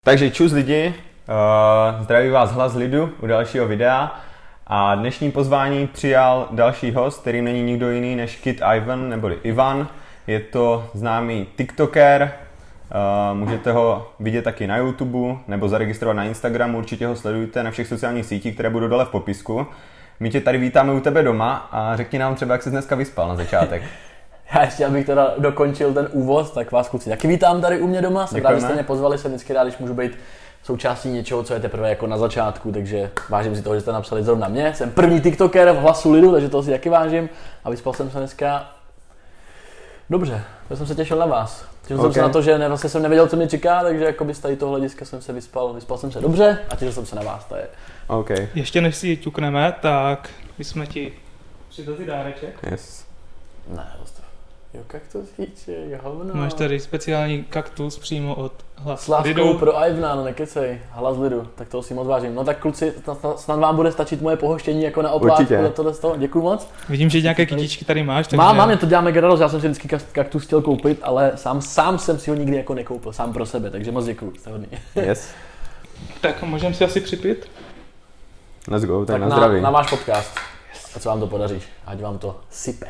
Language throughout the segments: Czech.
Takže čus lidi, zdraví vás Hlas lidu u dalšího videa a dnešní pozvání přijal další host, který není nikdo jiný než Kid Ivan neboli Ivan. Je to známý TikToker, můžete ho vidět taky na YouTube nebo zaregistrovat na Instagramu, určitě ho sledujte na všech sociálních sítích, které budou dole v popisku. My tě tady vítáme u tebe doma a řekni nám třeba, jak jsi dneska vyspal na začátek. Já ještě, abych teda dokončil ten úvod, tak vás kluci taky vítám tady u mě doma. Jsem rád, že jste mě pozvali, jsem vždycky rád, když můžu být součástí něčeho, co je teprve jako na začátku, takže vážím si toho, že jste napsali zrovna mě. Jsem první TikToker v Hlasu lidu, takže toho si taky vážím a vyspal jsem se dneska dobře, já jsem se těšil na vás. Těšil jsem se na to, že vlastně jsem nevěděl, co mě čeká, takže jakoby z tady toho hlediska jsem se vyspal jsem se dobře a těšil jsem se na vás. To je. Okay. Ještě než si ji ťukneme, tak my jsme ti přidali dáreček. Yes. Ne, jo, kaktusíček, hovno. Máš tady speciální kaktus přímo od Hlas s láskou lidu. pro Ivana, no nekecej, Hlas lidu, tak toho si moc vážím. No tak kluci, snad vám bude stačit moje pohoštění jako na oplátku za tohle z toho. Děkuju moc. Vidím, že nějaké kytičky tady máš. Takže... Mám, mě to dělá mega radost, já jsem si vždycky kaktus chtěl koupit, ale sám jsem si ho nikdy jako nekoupil, sám pro sebe, takže moc děkuju, jste hodný. Yes. Tak můžeme si asi připít? Let's go, tak na zdraví. Na váš podcast, a co vám to podaří, ať vám to sype.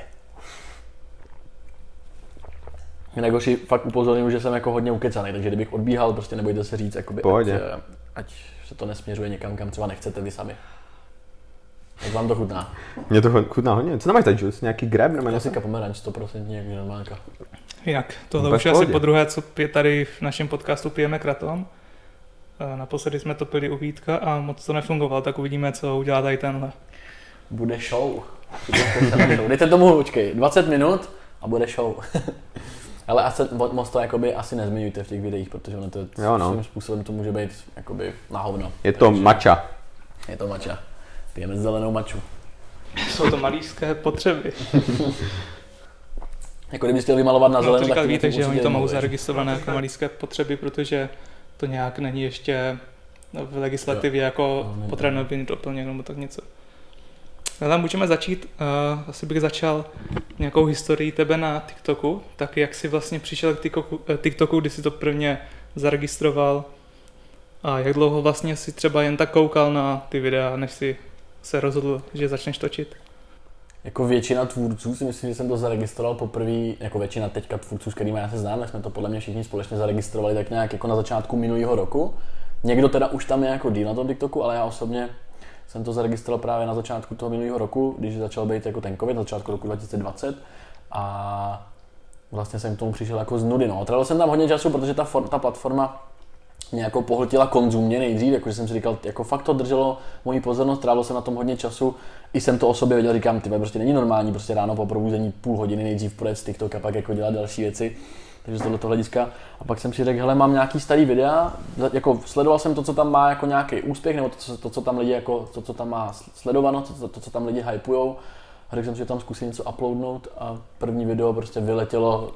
Jinak hoši, fakt upozorňuji, že jsem jako hodně ukecaný, takže kdybych odbíhal, prostě nebojte se říct, jakoby, ať se to nesměřuje někam, kam třeba nechcete vy sami. Jak vám to chutná? Mně to chutná hodně. Co tam máš za juice? Nějaký grab nebo něco? Klasika pomeranč, 100% jak normálka. Jinak, tohle už je asi podruhé, co tady v našem podcastu pijeme kratom. Naposledy jsme to pili u Vítka a moc to nefungovalo, tak uvidíme, co udělá tady tenhle. Bude show. Dejte tomu, počkej, 20 minut a bude show. Ale moc to jakoby asi nezmiňujte v těch videích, protože ono to svým způsobem to může být jakoby na hovno. Je to matcha. Je to matcha. Pijeme zelenou matchu. Jsou to malířské potřeby. Jako kdybyste chtěl vymalovat na zelenou, tak víte, že oni to mohou zaregistrované jako malířské potřeby, protože to nějak není ještě v legislativě jako potravinový doplněk nebo tak něco. Tam můžeme začít, asi bych začal nějakou historií tebe na TikToku, tak jak jsi vlastně přišel k TikToku, kdy jsi to prvně zaregistroval a jak dlouho vlastně si třeba jen tak koukal na ty videa, než si se rozhodl, že začneš točit? Jako většina tvůrců si myslím, že jsem to zaregistroval poprvé, jako většina teďka tvůrců, s kterými já se znám, tak jsme to podle mě všichni společně zaregistrovali tak nějak jako na začátku minulého roku. Někdo teda už tam je jako díl na tom TikToku, ale já osobně jsem to zaregistroval právě na začátku toho minulého roku, když začal být jako ten covid, na začátku roku 2020 a vlastně jsem k tomu přišel jako z nudy. No. Trávil jsem tam hodně času, protože ta platforma mě jako pohltila konzumně nejdřív, jakože jsem si říkal, jako fakt to drželo moji pozornost, trávil jsem na tom hodně času, i jsem to o sobě věděl, říkám, tyhle prostě není normální, prostě ráno po probuzení půl hodiny nejdřív projet z TikTok a pak jako dělat další věci. Takže z tohoto hlediska. A pak jsem si řekl, hele, mám nějaký starý videa, jako sledoval jsem to, co tam má jako nějaký úspěch, nebo to, co tam lidi jako, to, co tam má sledováno, to, co tam lidi hypujou. A řekl jsem si, že tam zkusím něco uploadnout a první video prostě vyletělo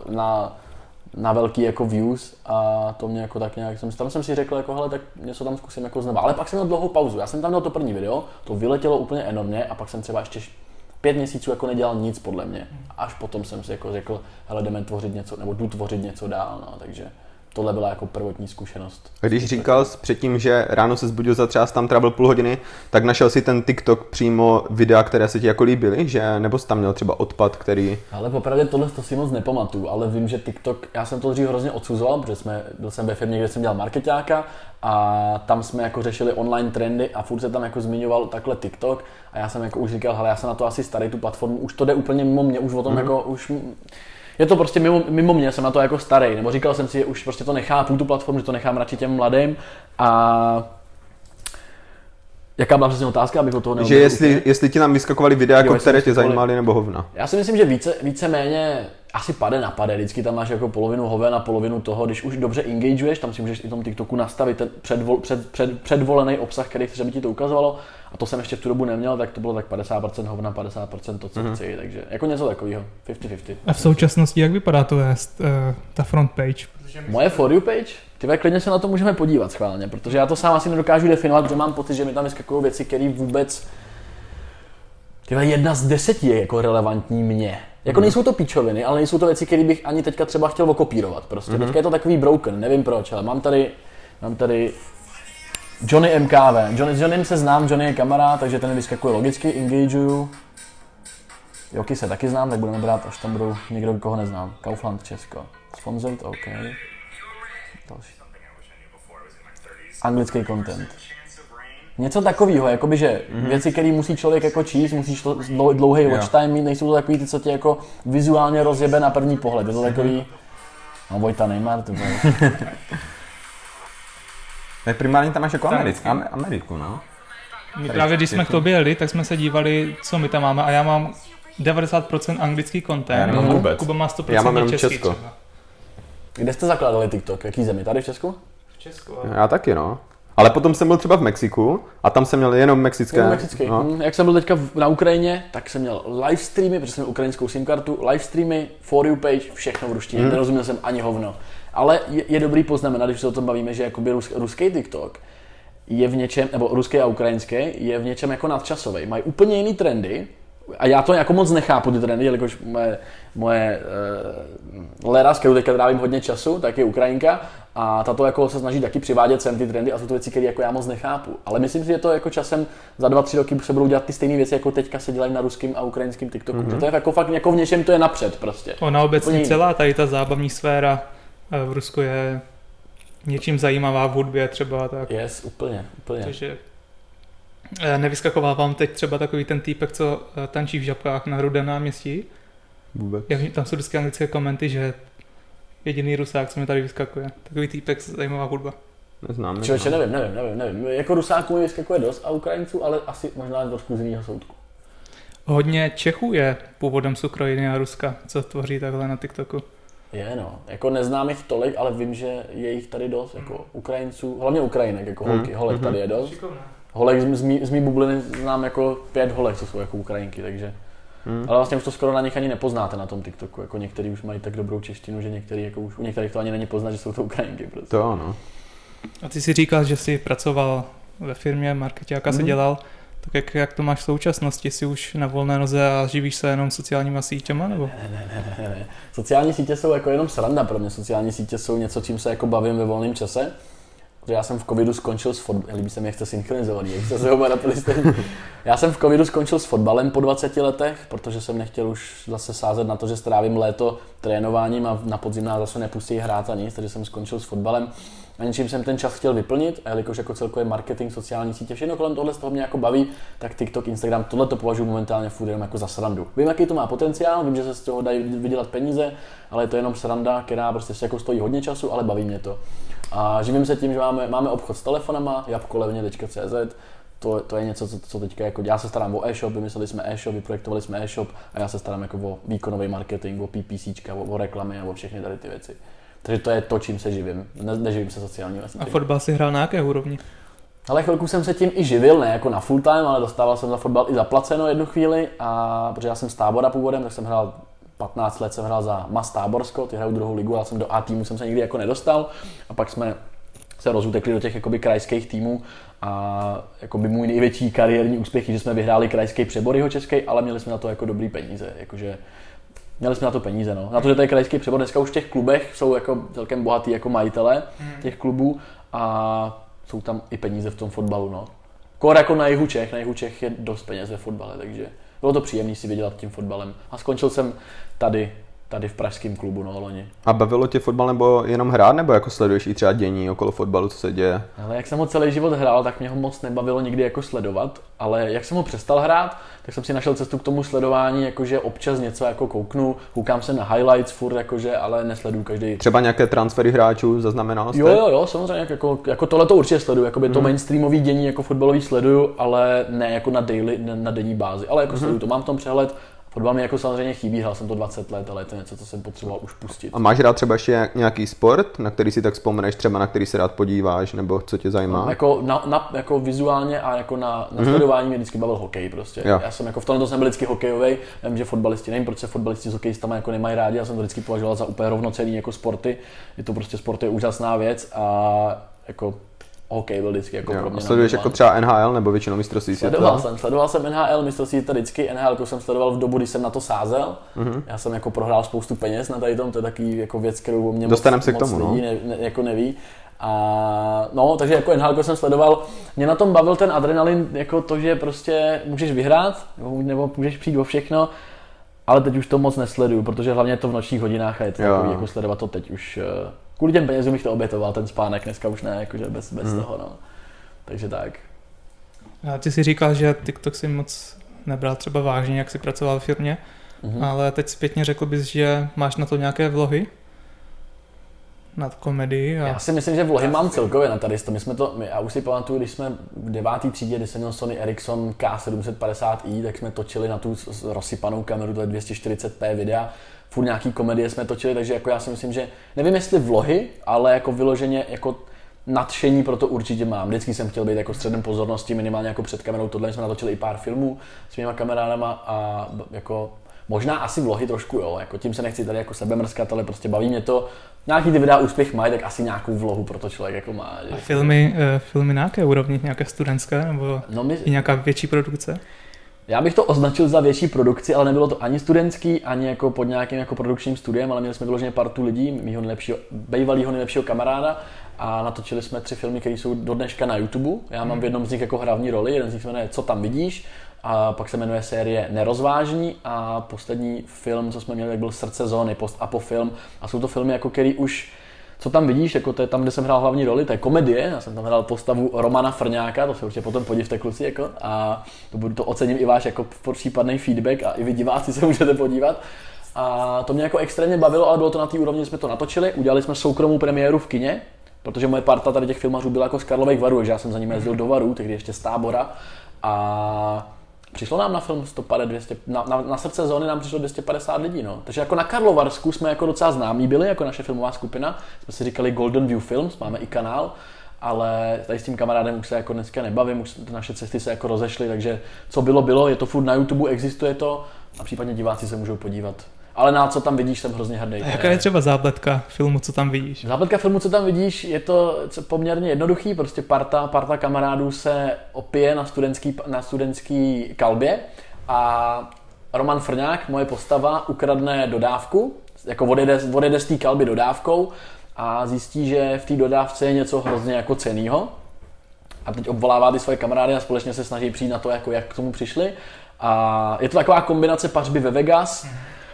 na velký jako views a to mě jako tak nějak, tam jsem si řekl, jako hele, tak něco tam zkusím jako znova. Ale pak jsem měl dlouhou pauzu, já jsem tam dal to první video, to vyletělo úplně enormně a pak jsem třeba ještě 5 měsíců jako nedělal nic podle mě. Až potom jsem si jako řekl, hele, jdeme tvořit něco, nebo jdu tvořit něco dál, no, takže tohle byla jako prvotní zkušenost. A když říkal jsi předtím, že ráno se zbudil za třeba tam trávil půl hodiny, tak našel si ten TikTok přímo videa, které se ti jako líbily, že? Nebo jsi tam měl třeba odpad, který... Ale popravdě tohle to si moc nepamatuju, ale vím, že TikTok, já jsem to dřív hrozně odsuzoval, protože byl jsem ve firmě, kde jsem dělal markeťáka a tam jsme jako řešili online trendy a furt se tam jako zmiňoval takhle TikTok a já jsem jako už říkal, hele, já jsem na to asi starý tu platformu, už to jde úplně mimo mě, už o tom jako už... Je to prostě mimo mě, jsem na to jako starý, nebo říkal jsem si, že už prostě to nechápu tu platformu, že to nechám radši těm mladým a jaká byla přesně otázka, abych od toho neodběhl? Že jestli ti nám vyskakovaly videa, jako které tě zajímaly, nebo hovna? Já si myslím, že víceméně asi pade na pade, vždycky tam máš jako polovinu hoven a polovinu toho, když už dobře engageuješ, tam si můžeš i tom TikToku nastavit ten předvolený obsah, který chceš, aby ti to ukazovalo a to jsem ještě v tu dobu neměl, tak to bylo tak 50% hovna, 50% to, co chci, takže jako něco takového, 50-50. A v současnosti jak vypadá to ta front page? Moje For You page? Tyhle, klidně se na to můžeme podívat schválně, protože já to sám asi nedokážu definovat, protože mám pocit, že mi tam vyskakují věci, které vůbec... Tyhle, 1 z 10 je jako relevantní mně. Jako nejsou to píčoviny, ale nejsou to věci, které bych ani teďka třeba chtěl okopírovat prostě. Teďka je to takový broken, nevím proč, ale mám tady Mám tady Johnny MKV. S Johnnym se znám, Johnny je kamarád, takže ten vyskakuje logicky, engageuju. Joky se taky znám, tak budeme brát, až tam budou někdo, koho neznám. Kaufland Česko. Sponsored, OK. Další. Anglický content. Něco takového, jakoby, že věci, které musí člověk jako číst, musíš to dlouhý watch time mít, nejsou to takový ty, co tě jako vizuálně rozjebe na první pohled. Je to takový... No Vojta Neymar, to bylo. Tak primárně tam máš jako Ameriku, no? My právě, když jsme k tobě jeli, tak jsme se dívali, co my tam máme a já mám 90% anglický content. Já nemám vůbec. Kuba má 100% já mám jenom český Česko. třeba. Kde jste zakládali TikTok? Jaký zemi? Tady v Česku? V Česku, Já taky, no. Ale potom jsem byl třeba v Mexiku a tam jsem měl jenom mexické. Jenom mexický. No. Jak jsem byl teďka na Ukrajině, tak jsem měl live streamy, protože jsem měl ukrajinskou SIM kartu, live streamy, for you page, všechno v ruštině, nerozuměl jsem ani hovno. Ale je dobrý poznamenat, když se o tom bavíme, že jakoby ruský TikTok je v něčem, nebo ruský a ukrajinský, je v něčem jako nadčasový. Mají úplně jiný trendy a já to jako moc nechápu ty trendy, jelikož moje Lera, s kterou teďka trávím hodně času, tak je Ukrajinka a tato jako se snaží taky přivádět sem ty trendy a jsou to věci, které jako já moc nechápu. Ale myslím si, že to jako časem za 2-3 roky se budou dělat ty stejné věci, jako teďka se dělají na ruském a ukrajinském TikToku. Že to je jako fakt jako v něčem to je napřed prostě. Ona obecně celá tady ta zábavní sféra v Rusku je něčím zajímavá v hudbě třeba tak. Yes, úplně. Takže nevyskakovávám teď třeba takový ten týpek, co tančí v žabkách na Rudém náměstí. Vůbec. Tam jsou vždycky anglické komenty, že jediný Rusák, co mi tady vyskakuje. Takový týpek, zajímavá hudba. Neznám. Člověče, nevím. Jako Rusáků mi vyskakuje dost a Ukrajinců, ale asi možná trošku z jiného soudku. Hodně Čechů je původem z Ukrajiny a Ruska, co tvoří takhle na TikToku. Je no, jako neznám jich tolik, ale vím, že je jich tady dost, jako Ukrajinců, hlavně Ukrajinek, jako holek tady je dost. Holek z mý bubliny znám jako 5 holek, co jsou jako Ukrajinky, takže. Ale vlastně už to skoro na nich ani nepoznáte na tom TikToku, jako některý už mají tak dobrou češtinu, že některý jako už, u některých to ani není poznat, že jsou to Ukrajinky prostě. To ano. A ty si říkal, že jsi pracoval ve firmě, markeťáka si dělal, tak jak to máš v současnosti? Jsi už na volné noze a živíš se jenom sociálníma sítěma, nebo? Ne. Sociální sítě jsou jako jenom sranda pro mě, sociální sítě jsou něco, čím se jako bavím ve volném čase. Já jsem v covidu skončil s fotbalem, líbí se mi, jak jste synchronizovaný, jak jste se obarateli stejně. Já jsem v covidu skončil s fotbalem po 20 letech, protože jsem nechtěl už zase sázet na to, že strávím léto trénováním a na podzim nás zase nepustí hrát a nic, takže jsem skončil s fotbalem. A něčím jsem ten čas chtěl vyplnit, a jelikož jako celkově marketing, sociální sítě, všechno kolem tohle z toho mě jako baví, tak TikTok, Instagram, tohle to považuji momentálně furt jenom jako za srandu. Vím, jaký to má potenciál, vím, že se z toho dají vydělat peníze, ale je to jenom sranda, která prostě se jako stojí hodně času, ale baví mě to. A živím se tím, že máme obchod s telefonama, jabkolevně.cz, to je něco, co teďka jako, já se starám o e-shop, vymysleli jsme e-shop, vyprojektovali jsme e-shop a já se starám jako o výkonový marketing, o PPCčka, o reklamy a o všechny tady ty věci. Takže to je to, čím se živím. Neživím se sociálními sítěmi. A fotbal si hrál na jaké úrovni? Ale chvilku jsem se tím i živil, ne jako na full time, ale dostával jsem za fotbal i zaplaceno jednu chvíli, a protože já jsem z Tábora původem, tak jsem hrál 15 let jsem hrál za MAS Táborsko, ty hrajou druhou ligu, ale jsem do A týmu jsem se nikdy jako nedostal a pak jsme se rozutekli do těch jakoby krajských týmů a jakoby můj největší kariérní úspěch, že jsme vyhráli krajský přebor jihočeský, ale měli jsme na to jako dobrý peníze, jakože měli jsme na to peníze, no. Na to, že tady krajský přebor, dneska už v těch klubech jsou jako celkem bohatý jako majitele těch klubů a jsou tam i peníze v tom fotbalu, no. Kor jako na jihu Čech je dost peněz ve fotbale, takže bylo to příjemné si vydělat tím fotbalem. A skončil jsem tady v pražském klubu, no, loni. A bavilo tě fotbal nebo jenom hrát, nebo jako sleduješ i třeba dění okolo fotbalu, co se děje? Ale jak jsem ho celý život hrál, tak mě ho moc nebavilo nikdy jako sledovat, ale jak jsem ho přestal hrát, tak jsem si našel cestu k tomu sledování, jakože občas něco jako koukám se na highlights furt, jakože, ale nesleduju každý. Třeba nějaké transfery hráčů zaznamenal jste? Jo, samozřejmě, jako tohle to určitě sleduju, jakoby to mainstreamový dění jako fotbalový sleduju, ale ne jako na denní bázi, ale jako sleduju to, mám v tom přehled. Fotbal mi jako samozřejmě chybí, hrál jsem to 20 let, ale je to něco, co jsem potřeboval už pustit. A máš rád třeba ještě nějaký sport, na který si tak vzpomeneš, třeba na který se rád podíváš, nebo co tě zajímá? Jako vizuálně a jako na sledování mě vždycky bavil hokej prostě. Jo. Já jsem jako v tomhle jsem byl vždycky hokejový, vím, že fotbalisti, nevím, proč se fotbalisti s hokejistama jako nemají rádi, já jsem to vždycky považoval za úplně rovnocenný jako sporty. Je to prostě sport, je úžasná věc a jako hokej byl vždycky jako pro mě. A sleduješ jako třeba NHL nebo většinou mistrovství světa? Sledoval jsem NHL, mistrovství světa vždycky. NHL jsem sledoval v dobu, kdy jsem na to sázel. Já jsem jako prohrál spoustu peněz na tady tom, to je takový jako věc, kterou o mě moc lidí jako neví. A no, takže jako NHL jsem sledoval, mě na tom bavil ten adrenalin, jako to, že prostě můžeš vyhrát, nebo můžeš přijít o všechno, ale teď už to moc nesleduju, protože hlavně je to v nočních hodinách a je to takový, jako sledovat to teď už, kvůli těm penězům bych to obětoval, ten spánek, dneska už ne, jakože bez toho, no. Takže tak. A ty si říkal, že TikTok si moc nebral třeba vážně, jak jsi pracoval v firmě, ale teď zpětně řekl bys, že máš na to nějaké vlohy? Na komedii? Já si myslím, že vlohy mám celkově na tady. Já už si pamatuju, když jsme v 9. třídě, kdy jsem měl Sony Ericsson K750i, tak jsme točili na tu rozsypanou kameru, to je 240p videa, furt nějaký komedie jsme točili, takže jako já si myslím, že nevím jestli vlohy, ale jako vyloženě jako nadšení pro to určitě mám. Vždycky jsem chtěl být jako středem pozornosti, minimálně jako před kamerou. Tohle jsme natočili i pár filmů s mýma kamarádama a jako možná asi vlohy trošku, jo, jako tím se nechci tady jako sebemrskat, ale prostě baví mě to. Nějaký ty videa úspěch mají, tak asi nějakou vlohu pro to člověk jako má. A filmy na jaké úrovni? Nějaké studentské nebo i nějaká větší produkce? Já bych to označil za větší produkci, ale nebylo to ani studentský, ani jako pod nějakým jako produkčním studiem, ale měli jsme vyloženě partu lidí, mýho bývalýho nejlepšího kamaráda a natočili jsme 3 filmy, které jsou do dneška na YouTube. Já mám v jednom z nich jako hlavní roli, jeden z nich se jmenuje Co tam vidíš, a pak se jmenuje série Nerozvážní a poslední film, co jsme měli, tak byl Srdce zóny, post-apo film a jsou to filmy, jako který už Co tam vidíš, jako to je tam, kde jsem hrál hlavní roli, to je komedie, já jsem tam hrál postavu Romana Frňáka, to se určitě potom podívejte kluci, jako, a to ocením i váš jako případný feedback a i vy diváci se můžete podívat. A to mě jako extrémně bavilo, ale bylo to na té úrovni, že jsme to natočili, udělali jsme soukromou premiéru v kině, protože moje parta tady těch filmařů byla jako z Karlových Varů, takže já jsem za nimi jezdil do Varů, tehdy ještě z Tábora a přišlo nám na film 200, na Srdce zóny nám přišlo 250 lidí, no. Takže jako na Karlovarsku jsme jako docela známí byli, jako naše filmová skupina. Jsme si říkali Golden View Films, máme i kanál, ale tady s tím kamarádem už se jako dneska nebavím, už naše cesty se jako rozešly, takže co bylo, je to furt na YouTube, existuje to a případně diváci se můžou podívat. Ale na Co tam vidíš, jsem hrozně hrdý. A jaká je třeba zápletka filmu Co tam vidíš? Zápletka filmu Co tam vidíš je to poměrně jednoduchý, prostě parta kamarádů se opije na studentský kalbě a Roman Frňák, moje postava, ukradne dodávku, jako odjede z té kalby dodávkou a zjistí, že v té dodávce je něco hrozně jako cennýho. A teď obvolává ty svoje kamarády a společně se snaží přijít na to, jako jak k tomu přišli. A je to taková kombinace Pařby ve Vegas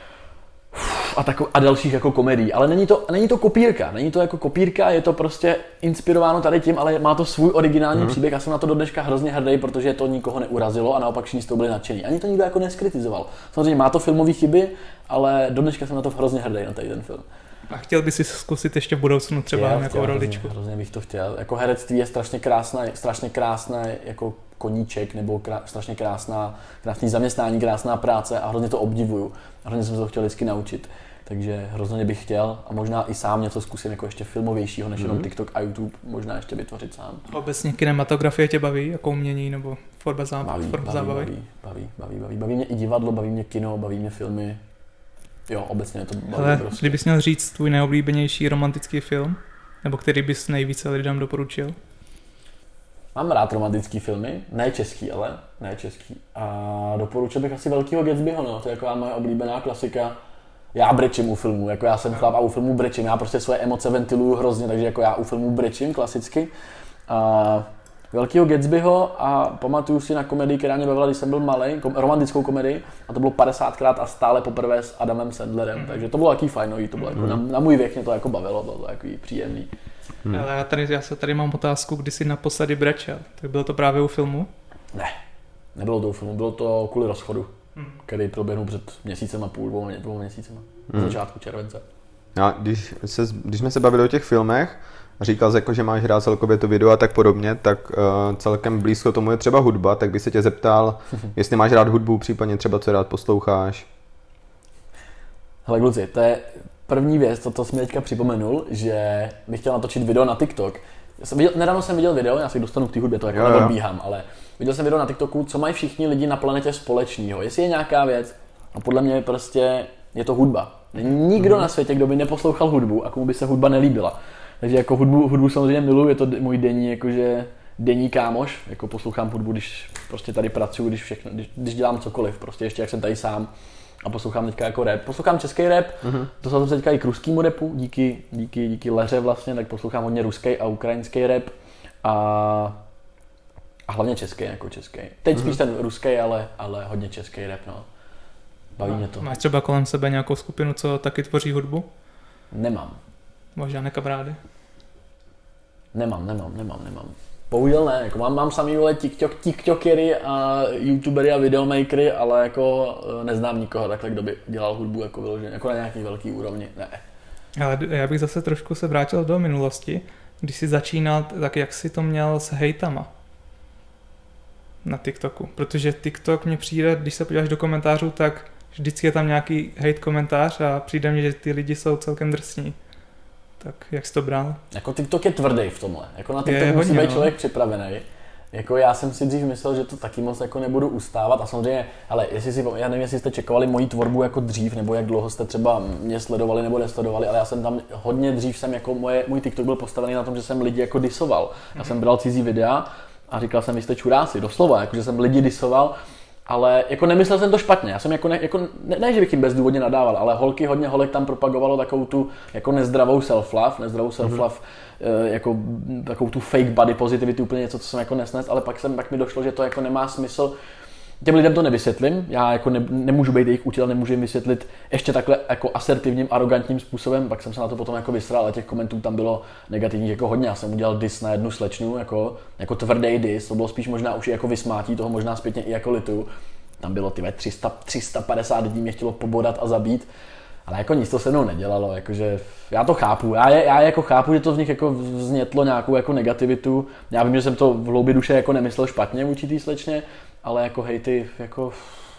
a dalších jako komedií, ale není to kopírka, je to prostě inspirováno tady tím, ale má to svůj originální příběh a jsem na to do dneška hrozně hrdý, protože to nikoho neurazilo a naopak všichni z toho byli nadšení. Ani to nikdo jako neskritizoval. Samozřejmě má to filmové chyby, ale do dneška jsem na to hrozně hrdý na ten film. A chtěl bys si zkusit ještě v budoucnu třeba nějakou roličku? Hrozně bych to chtěl. Jako herectví je strašně krásné jako koníček nebo strašně krásný zaměstnání, krásná práce a hrozně to obdivuju. A hrozně jsem se to chtěl vždycky naučit. Takže hrozně bych chtěl a možná i sám něco zkusím jako ještě filmovějšího než jenom TikTok a YouTube, možná ještě vytvořit sám. Obecně kinematografie tě baví, jako umění nebo forma zábavy? Baví mě i divadlo, baví mě kino, baví mě filmy. Jo, obecně to baví. Ale prostě. kdybys měl říct tvůj nejoblíbenější romantický film, nebo který bys nejvíce lidem doporučil? Mám rád romantický filmy, ne český. A doporučil bych asi Velkýho Gatsbyho, no, to je jako moje oblíbená klasika. Já brečím u filmů, jako já jsem chlap a u filmů brečím, já prostě svoje emoce ventiluju hrozně, takže jako já u filmů brečím klasicky. A Velkýho Gatsbyho a pamatuju si na komedii, která mě bavila, když jsem byl malej, romantickou komedii a to bylo 50krát a stále poprvé s Adamem Sandlerem, takže to bylo takový fajnový, to bylo jako na můj věk mě to jako bavilo, bylo to takový příjemný. Ale já tady mám otázku, kdy jsi naposledy brečel, tak bylo to právě u filmu? Ne, nebylo to u filmu, bylo to kvůli rozchodu, který proběhnul před měsícem a půl, 2 měsícema, na začátku července. A když jsme se bavili o těch filmech, říkal jsi, jako, že máš rád celkově to video a tak podobně, tak celkem blízko tomu je třeba hudba, tak bych se tě zeptal, jestli máš rád hudbu, případně třeba co rád posloucháš. Hele kluci, to je první věc, to jsi mi teďka připomenul, že bych chtěl natočit video na TikTok. Nedávno jsem viděl video, já si dostanu k té hudbě, to jako neodbíhám, ale viděl jsem video na TikToku, co mají všichni lidi na planetě společného. Jestli je nějaká věc, a podle mě prostě je to hudba. Není nikdo na světě, kdo by neposlouchal hudbu a komu by se hudba nelíbila. Takže jako hudbu samozřejmě miluji, je to můj denní kámoš, jako poslouchám hudbu, když prostě tady pracuji, když dělám cokoliv, prostě ještě jak jsem tady sám. a poslouchám teďka jako rap. Poslouchám český rap, dostal jsem se teďka i k ruskému rapu, díky Leře vlastně, tak poslouchám hodně ruský a ukrajinský rap a hlavně český jako český. Teď spíš ten ruský, ale hodně český rap, no. Baví mě to. Máš třeba kolem sebe nějakou skupinu, co taky tvoří hudbu? Nemám. Máš žádné kamarády? Nemám. Bohužel ne, jako mám samý vole tiktokery a youtubery a videomakery, ale jako neznám nikoho takhle, kdo by dělal hudbu jako vyloženě, jako na nějaký velký úrovni, ne. Ale já bych zase trošku se vrátil do minulosti, když jsi začínal, tak jak jsi to měl s hejtama na TikToku, protože TikTok mně přijde, když se podíváš do komentářů, tak vždycky je tam nějaký hate komentář a přijde mi, že ty lidi jsou celkem drsní. Tak jak jsi to bral? Jako TikTok je tvrdý v tomhle. Jako na TikTok musí být člověk připravený. Jako já jsem si dřív myslel, že to taky moc jako nebudu ustávat a samozřejmě, ale já nevím, jestli jste čekovali moji tvorbu jako dřív, nebo jak dlouho jste třeba mě sledovali nebo nesledovali, ale já jsem tam hodně dřív můj TikTok byl postavený na tom, že jsem lidi jako disoval. Já jsem bral cizí videa a říkal jsem, vy jste čuráci, doslova, jako že jsem lidi disoval. Ale jako nemyslel jsem to špatně, já jsem ne, že bych jim bezdůvodně nadával, ale hodně holek tam propagovalo takovou tu jako nezdravou self-love, jako takovou tu fake body positivity, úplně něco, co jsem jako nesnes, ale pak mi došlo, že to jako nemá smysl. Těm lidem to nevysvětlím, já jako nemůžu být jejich učitel, nemůžu jim vysvětlit ještě takhle jako asertivním, arrogantním způsobem, pak jsem se na to potom jako vysral, ale těch komentů tam bylo negativních jako hodně, já jsem udělal diss na jednu slečnu, jako tvrdý diss, to bylo spíš možná už i jako vysmátí, toho možná zpětně i jako litu, tam bylo 350 lidí mě chtělo pobodat a zabít, ale jako nic to se mnou nedělalo, jakože já to chápu, já jako chápu, že to v nich jako vznětlo nějakou jako negativitu, já vím, že jsem to v hloubi duše jako nemyslel špatně vůči té slečně, ale jako hejty, jako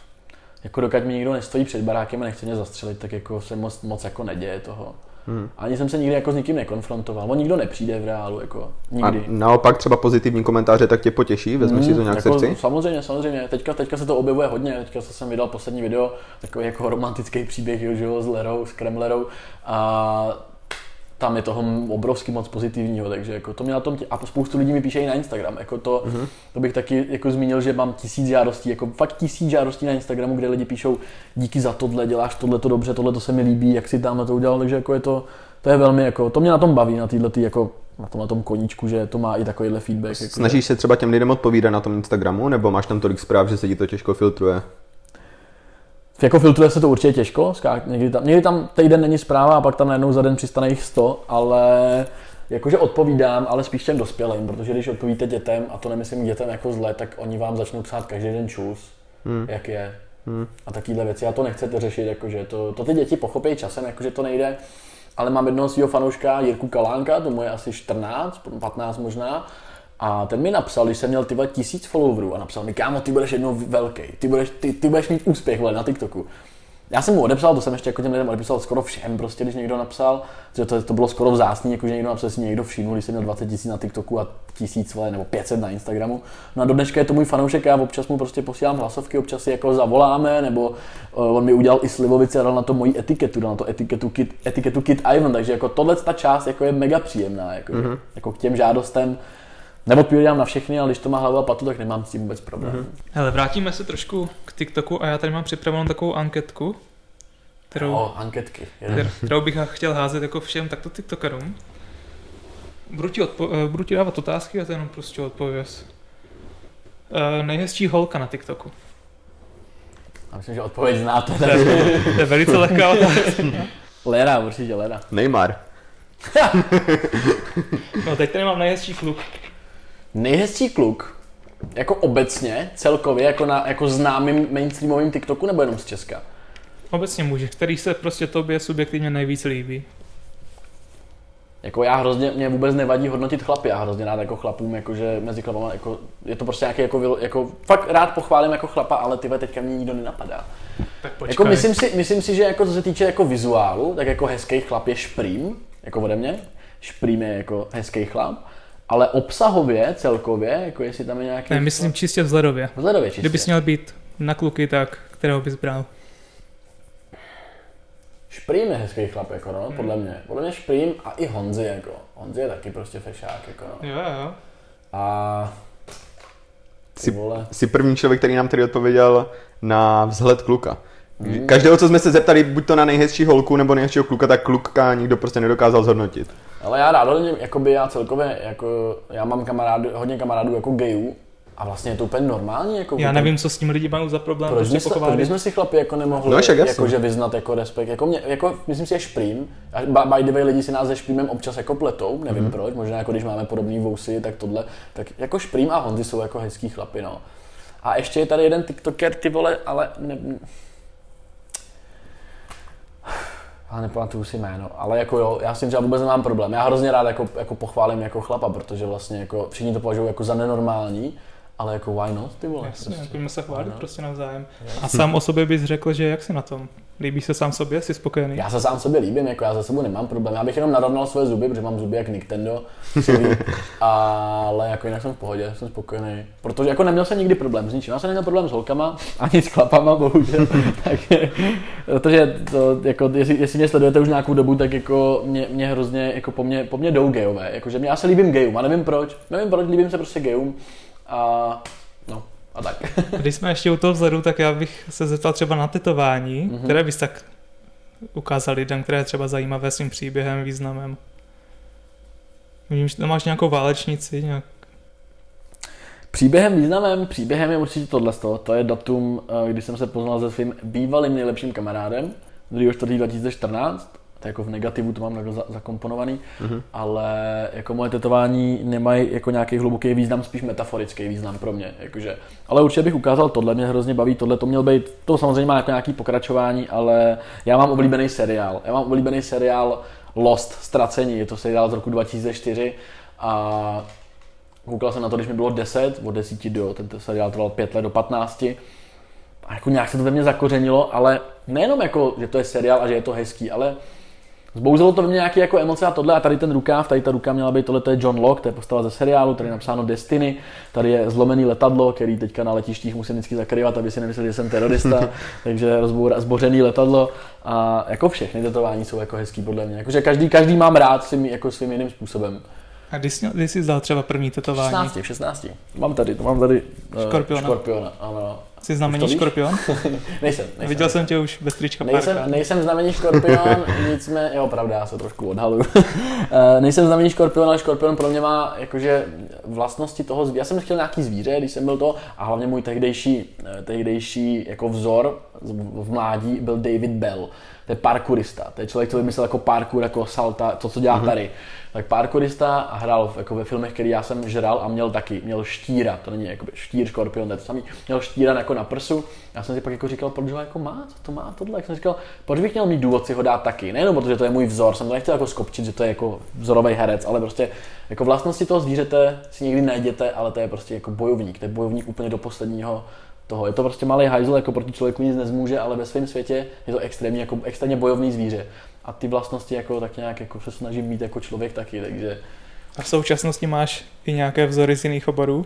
dokud mi nikdo nestojí před barákem a nechce mě zastřelit, tak jako se moc jako neděje toho. Ani jsem se nikdy jako s nikým nekonfrontoval, on nikdo nepřijde v reálu, jako nikdy. A naopak třeba pozitivní komentáře tak tě potěší, vezmeš si to nějak jako, srdci? Samozřejmě, teďka se to objevuje hodně, teďka jsem vydal poslední video, takový jako romantický příběh, že, s Lerou, s Kremlerou a tam je toho obrovský moc pozitivního, takže jako to mě na tom a spoustu lidí mi píše i na Instagram, jako to bych taky jako zmínil, že mám 1000 žádostí, jako fakt 1000 žádostí na Instagramu, kde lidi píšou díky za tohle, děláš tohleto dobře, tohleto se mi líbí, jak si tam na to udělal, takže jako je to je velmi jako, to mě na tom baví, jako na tom koníčku, že to má i takovýhle feedback. Jako, snažíš se třeba těm lidem odpovídat na tom Instagramu, nebo máš tam tolik zpráv, že se ti to těžko filtruje? Jako filtruje se to určitě těžko, někdy tam týden není zpráva a pak tam najednou za den přistane jich 100, ale jakože odpovídám, ale spíš těm dospělým, protože když odpovíte dětem, a to nemyslím dětem jako zle, tak oni vám začnou psát každý den čus, jak je. A takovýhle věci, a to nechcete řešit, jakože to ty děti pochopí časem, jakože to nejde, ale mám jednoho svého fanouška, Jirku Kalánka, tomu je asi 14, 15 možná, a ten mi napsal, když jsem měl 1000 followerů a napsal mi, kámo, ty budeš jednou velký, ty budeš mít úspěch na TikToku. Já jsem mu odepsal, to jsem ještě jako těm lidem odepsal skoro všem, prostě když někdo napsal, že to bylo skoro vzácný, jako že někdo napsal, že si někdo všimnul, když jsem měl 20 000 na TikToku a 1000 nebo 500 na Instagramu. No a do dneška je to můj fanoušek, já občas mu prostě posílám hlasovky, občas si jako zavoláme, nebo on mi udělal i slivovici a dal na to moji etiketu, dal na to etiketu Kid Ivan, takže jako tohle ta část jako je mega příjemná, jako k těm žádostem. Neodpovídám na všechny, ale když to má hlavu a patu, tak nemám s tím vůbec problém. Hele, vrátíme se trošku k TikToku a já tady mám připravenou takovou anketku, kterou bych chtěl házet jako všem takto TikTokerům. Budu ti dávat otázky a to jenom prostě odpověz. Nejhezčí holka na TikToku. Já myslím, že odpověď znáte. To je velice lehká otázka. Lera, určitě Lera. Neymar. No teď tady mám nejhezčí kluk. Nejhezčí kluk? Jako obecně, celkově, jako známým mainstreamovým TikToku, nebo jenom z Česka? Obecně muži, který se prostě tobě subjektivně nejvíc líbí. Jako mě vůbec nevadí hodnotit chlapy, já hrozně rád jako chlapům, jakože mezi chlapama, jako, je to prostě nějaký jako fakt rád pochválím jako chlapa, ale tyhle teďka mě nikdo nenapadá. Tak jako myslím si, že jako co se týče jako vizuálu, tak jako hezký chlap je Šprým, jako ode mě. Šprým je jako hezký chlap, ale obsahově, celkově, jako jestli tam je nějaký... Ne, myslím čistě vzhledově. Vzhledově čistě. Kdybys měl být na kluky, tak kterého bys bral? Šprým je hezký chlap, jako no, podle mě. Podle mě Šprým a i Honzi, jako. Honzi je taky prostě fešák, jako no. Jo. A... Jsi první člověk, který nám tady odpověděl na vzhled kluka. Každého, co jsme se zeptali, buď to na nejhezčí holku nebo nejhezčího kluka, tak kluka nikdo prostě nedokázal zhodnotit. Ale já rád hodně, jakoby já celkově, jako, já mám hodně kamarádů jako gayů a vlastně je to úplně normální. Jako, já nevím, co s tím lidi mají za problém. Proč jsme si chlapi jako nemohli jakože vyznat jako respekt, jako myslím si je šprým, by the way lidi si nás se šprýmem občas jako pletou, nevím proč, možná jako když máme podobný vousy, tak tohle, tak jako šprým a Honzi jsou jako hezký chlapi, no. A ještě je tady jeden tiktoker, ty vole, ale nepamatuju si jméno, ale jako jo, já s tím třeba vůbec nemám problém. Já hrozně rád jako pochválím jako chlapa, protože vlastně jako všichni to považují jako za nenormální, ale jako why not, ty vole. Jasně, prostě, pojďme se chválit prostě navzájem. A sám o sobě bys řekl, že jak jsi na tom? Líbíš se sám sobě, jsi spokojený? Já se sám sobě líbím, jako já za sebou nemám problém. Já bych jenom narovnal svoje zuby, protože mám zuby jak Nintendo, ale jako jinak jsem v pohodě, jsem spokojený. Protože jako neměl jsem nikdy problém s ničím. Já jsem neměl problém s holkama, ani s chlapama, bohužel. Protože to, jako, jestli mě sledujete už nějakou dobu, tak jako mě hrozně, jako po mně jdou gayové. Jakože já se líbím gayům a nevím proč, líbím se prostě gayům. A tak. Když jsme ještě u toho vzhledu, tak já bych se zeptal třeba na tetování, které bys tak ukázal lidem, které je třeba zajímavé svým příběhem, významem. Vím, že tam máš nějakou válečnici, nějak... Příběhem je určitě tohle. To je datum, kdy jsem se poznal se svým bývalým nejlepším kamarádem, 2.4.2014. To jako v negativu to mám takhle zakomponovaný, ale jako moje tetování nemají jako nějaký hluboký význam, spíš metaforický význam pro mě, jakože. Ale určitě bych ukázal tohle, mě hrozně baví tohle, to měl být, to samozřejmě má jako nějaký pokračování, ale já mám oblíbený seriál Lost, Ztracení, je to seriál z roku 2004 a koukal jsem na to, když mi bylo 10, od 10 do, ten seriál trval 5 let do 15. A jako nějak se to ve mně zakořenilo, ale nejenom jako, že to je seriál a že je to hezký, ale zbouzelo to ve mně nějaké jako emoce a tohle a tady ten rukáv, tady ta ruka měla být, tohle to je John Locke, to je postava ze seriálu, tady je napsáno Destiny, tady je zlomený letadlo, který teďka na letištích musím vždycky zakrývat, aby si nemysleli, že jsem terorista, takže zbořený letadlo a jako všechny tetování jsou jako hezký podle mě, jakože každý mám rád svým jiným způsobem. A kdy jsi vzal třeba první tetování? V 16. Mám tady Škorpiona, ano. Jsi znamení Škorpion? Nejsem. Viděl jsem tě už bez trička párkrát. Nejsem znamení Škorpion, nicméně, jo pravda, já se trošku odhaluju. Nejsem znamení Škorpion, ale Škorpion pro mě má jakože vlastnosti toho zvíře. Já jsem chtěl nějaký zvíře, když jsem byl to, a hlavně můj tehdejší jako vzor v mládí byl David Bell. To je parkourista, to je člověk, co vymyslel jako parkour, jako salta, to, co dělá tady. Tak parkourista a hrál jako ve filmech, který já jsem žral a měl štíra, to není jako štír Škorpion, to je to samý, měl štíra jako na prsu. Já jsem si pak jako říkal, proč ho jako má, co to má tohle, jak jsem říkal, proč bych měl mít důvod si ho dát taky, nejenom protože to je můj vzor, jsem to nechtěl jako skopčit, že to je jako vzorový herec, ale prostě jako vlastnosti toho zvířete si někdy najděte, ale to je prostě jako bojovník, to je bojovník úplně do posledního toho. Je to prostě malý hajzl, jako proti člověku nic nezmůže, ale ve svém světě je to extrémně bojovný zvíře. A ty vlastnosti jako tak nějak jako se snažím být jako člověk taky, takže... A v současnosti máš i nějaké vzory z jiných oborů?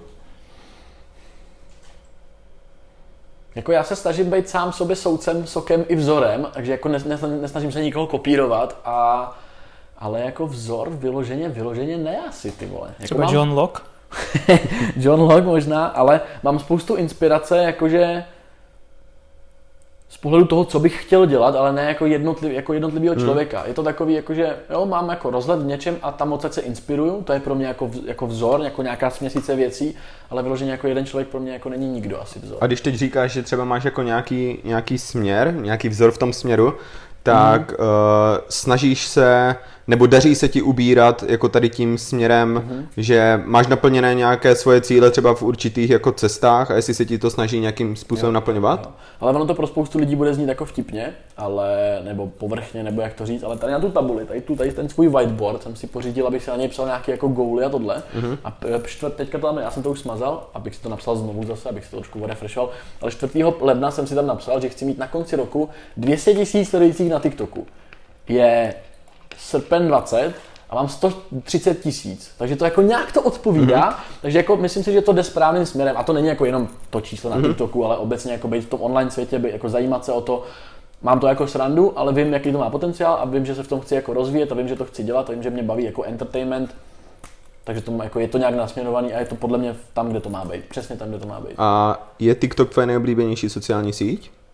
Jako já se snažím být sám sobě soudcem, sokem i vzorem, takže jako nesnažím se nikoho kopírovat, ale jako vzor vyloženě ne asi, ty vole. Jako třeba John Locke? John Locke možná, ale mám spoustu inspirace, jakože z pohledu toho, co bych chtěl dělat, ale ne jako jednotlivého člověka. Je to takový, jakože jo, mám jako rozhled v něčem a tam moc se inspiruju, to je pro mě jako vzor, jako nějaká směsice věcí, ale vyloženě jako jeden člověk pro mě jako není nikdo asi vzor. A když teď říkáš, že třeba máš jako nějaký směr, nějaký vzor v tom směru, tak snažíš se, nebo daří se ti ubírat jako tady tím směrem, že máš naplněné nějaké svoje cíle třeba v určitých jako cestách a jestli se ti to snaží nějakým způsobem naplňovat? Jo. Ale ono to pro spoustu lidí bude znít jako vtipně, nebo povrchně, nebo jak to říct, ale tady na tu tabuli, tady ten svůj whiteboard jsem si pořídil, abych si na něj psal nějaké jako goaly a tohle. A teďka tam, já jsem to už smazal, abych si to napsal znovu zase, abych si to trošku refreshoval, ale 4. ledna jsem si tam napsal, že chci mít na konci roku 200 000 sledujících na TikToku. Je srpen 20 a mám 130 000, takže to jako nějak to odpovídá, takže jako myslím si, že to jde správným směrem a to není jako jenom to číslo na TikToku, ale obecně jako být v tom online světě, jako zajímat se o to, mám to jako srandu, ale vím, jaký to má potenciál a vím, že se v tom chci jako rozvíjet a vím, že to chci dělat a vím, že mě baví jako entertainment, takže to jako je to nějak nasměrovaný a je to podle mě tam, kde to má být, přesně tam, kde to má být. A je TikTok tvoje nejoblíbenější sociální síť?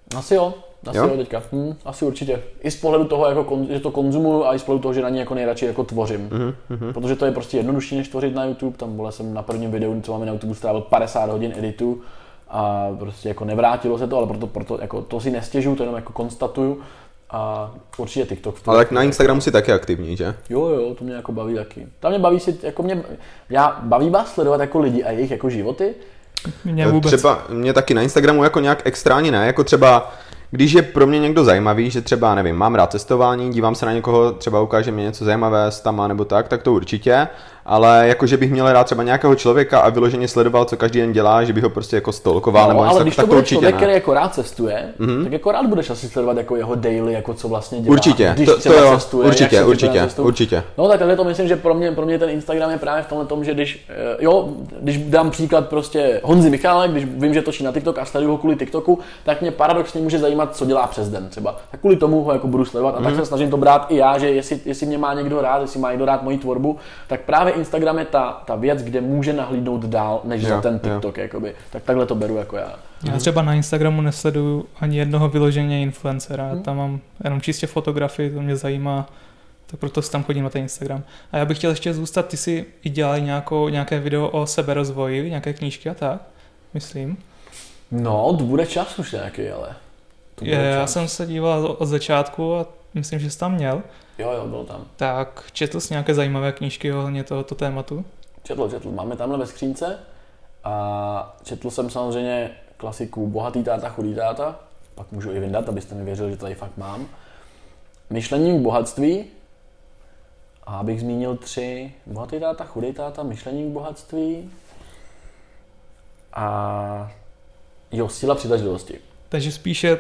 Asi jo teďka. Asi určitě. I z pohledu toho, jako, že to konzumuju a i z pohledu toho, že na ní jako nejradši jako tvořím. Protože to je prostě jednodušší, než tvořit na YouTube. Tam jsem na prvním videu, co máme na YouTube, strávil 50 hodin editu a prostě jako nevrátilo se to, ale proto jako to si nestěžuju, to jenom jako konstatuju. A určitě TikTok. Ale tak na Instagramu si taky aktivní, že? Jo, to mě jako baví taky. Tam mě baví si, jako baví vás sledovat jako lidi a jejich jako životy. Mě vůbec. Třeba mě taky na Instagramu jako nějak extráně ne, jako třeba když je pro mě někdo zajímavý, že třeba, nevím, mám rád cestování, dívám se na někoho, třeba ukáže mě něco zajímavé s tama nebo tak to určitě, ale jako, že bych měl rád třeba nějakého člověka a vyloženě sledoval, co každý den dělá, že bych ho prostě jako stalkoval, nebo ale když tak to bude určitě člověk, ne. který jako rád cestuje, tak jako rád budeš asi sledovat jako jeho daily, jako co vlastně dělá. Určitě, když to třeba jo, cestuje, určitě. No tak to myslím, že pro mě ten Instagram je právě v tomhle tom, že když dám příklad prostě Honzi Michálek, když vím, že točí na TikTok a sleduju ho kvůli TikToku, tak mě paradoxně může zajímat, co dělá přes den třeba. Tak kvůli tomu ho jako budu sledovat a tak se snažím to brát i já, že jestli mě má někdo rád, jestli má někdo rád moji tvorbu, tak právě Instagram je ta věc, kde může nahlídnout dál, než za ten TikTok, jakoby. Tak takhle to beru jako já. Já třeba na Instagramu nesleduju ani jednoho vyloženě influencera, tam mám jenom čistě fotografii, to mě zajímá, tak proto si tam chodím na ten Instagram. A já bych chtěl ještě zůstat, ty si i dělali nějaké video o seberozvoji, nějaké knížky a tak, myslím. No, to bude čas už nějaký, ale... Já jsem se díval od začátku a myslím, že jsi tam měl. Jo, byl tam. Tak četl jsi nějaké zajímavé knížky ohledně tohoto tématu? Četl. Máme tamhle ve skřínce a četl jsem samozřejmě klasiku Bohatý táta, chudý táta, pak můžu i vyndat, abyste mi věřili, že tady fakt mám. Myšlení k bohatství, a abych zmínil 3, Bohatý táta, chudý táta, Myšlení k bohatství a Síla přitažlivosti. Takže spíše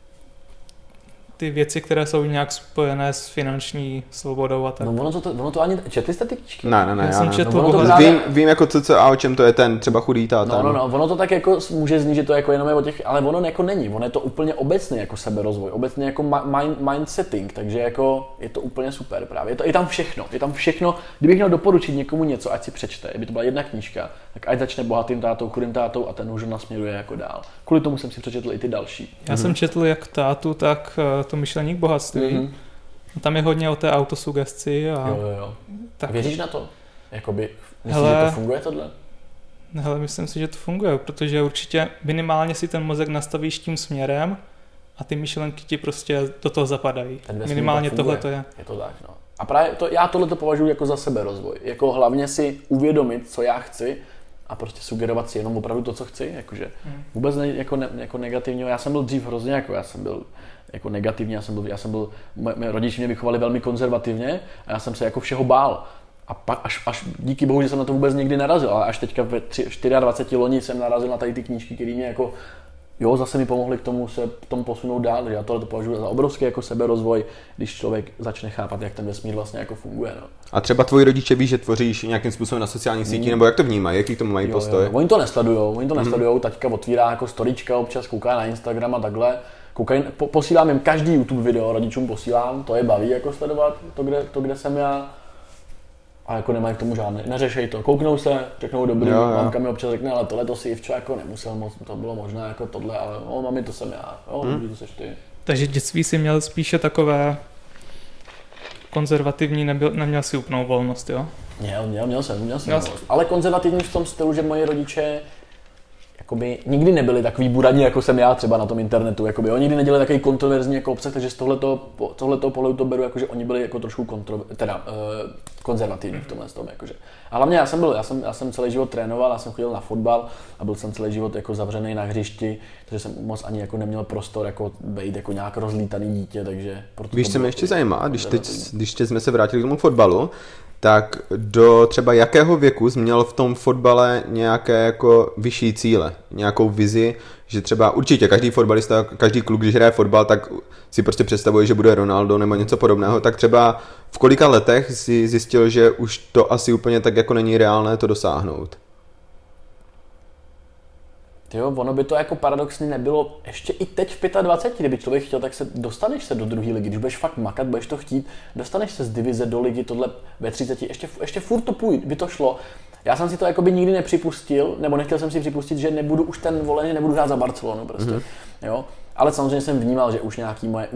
ty věci, které jsou nějak spojené s finanční svobodou a tak. No ono to ani... Četli jste ty knížky? Ne, Já jsem četl vím jako co a o čem to je ten třeba chudý táta. No, ono to tak jako může znít, že to jako jenom je o těch, ale ono jako není, ono je to úplně obecný jako seberozvoj, obecný jako mindsetting, takže jako je to úplně super právě. Je tam všechno, kdybych měl doporučit někomu něco, ať si přečte, kdyby to byla jedna knížka, tak ať začne Bohatým tátou, chudým tátou a ten už nasměruje jako dál. Kvůli tomu jsem si přečetl i ty další. Já jsem četl jak tátu, tak to Myšlení k bohatství. Tam je hodně o té autosugestci. Jo. Tak. A věříš na to? Jakoby, myslíš, že to funguje tohle? Hele, myslím si, že to funguje, protože určitě minimálně si ten mozek nastavíš tím směrem a ty myšlenky ti prostě do toho zapadají. Minimálně tohle to je. Je to tak, no. A právě já tohle to považuji jako za seberozvoj. Jako hlavně si uvědomit, co já chci a prostě sugerovat si jenom opravdu to, co chci. Jakože vůbec jako negativního. Já jsem byl dřív hrozně jako negativní, moje rodiče mě vychovali velmi konzervativně a já jsem se jako všeho bál. A pak až díky bohu, že jsem na to vůbec nikdy narazil, ale až teďka ve 24 loni jsem narazil na tady ty knížky, které mě jako zase mi pomohly k tomu se tom posunout dál, takže já tohle považuji za obrovský jako seberozvoj, když člověk začne chápat, jak ten vesmír vlastně jako funguje. No. A třeba tvoji rodiče ví, že tvoříš nějakým způsobem na sociálních sítích, nebo jak to vnímají, jaký k tomu mají postoj? Oni to nesledujou, taťka otvírá jako storyčka, občas kouká na Instagram a takhle. Posílám jim každý YouTube video, rodičům posílám, to je baví jako sledovat, to kde jsem já. A jako nemají k tomu žádné, neřešej to, kouknou se, řeknou dobrý, mamka mi občas řekne, ale tohle to si Ivčo jako nemusel moc, to bylo možná jako tohle, ale mami, to jsem já, dobrý, to seš ty. Takže dětství si měl spíše takové konzervativní, neměl si úplnou volnost, jo? Měl jsem volnost, ale konzervativní v tom stylu, že moji rodiče jakoby nikdy nebyli takový buradní, jako jsem já třeba na tom internetu, jakoby oni nikdy nedělali takový kontroverzní jako obsah, takže z tohletoho pohledu to beru, jakože oni byli jako trošku konzervativní v tomhle tom, jakože. A hlavně já jsem celý život trénoval, já jsem chodil na fotbal a byl jsem celý život jako zavřený na hřišti, takže jsem moc ani jako neměl prostor jako být jako nějak rozlítaný dítě, takže proto. Víš, co mě ještě zajímá, když jsme se vrátili k tomu fotbalu, tak do třeba jakého věku jsi měl v tom fotbale nějaké jako vyšší cíle, nějakou vizi, že třeba určitě každý fotbalista, každý kluk, když hraje fotbal, tak si prostě představuje, že bude Ronaldo nebo něco podobného, tak třeba v kolika letech si zjistil, že už to asi úplně tak jako není reálné to dosáhnout? Jo, ono by to jako paradoxně nebylo ještě i teď v 25, kdyby člověk chtěl, tak dostaneš se do druhé ligy, když budeš fakt makat, budeš to chtít, dostaneš se z divize do ligy, tohle ve 30, ještě furt to by to šlo. Já jsem si to jakoby nikdy nepřipustil, nebo nechtěl jsem si připustit, že nebudu už nebudu hrát za Barcelonu prostě, jo. Ale samozřejmě jsem vnímal, že už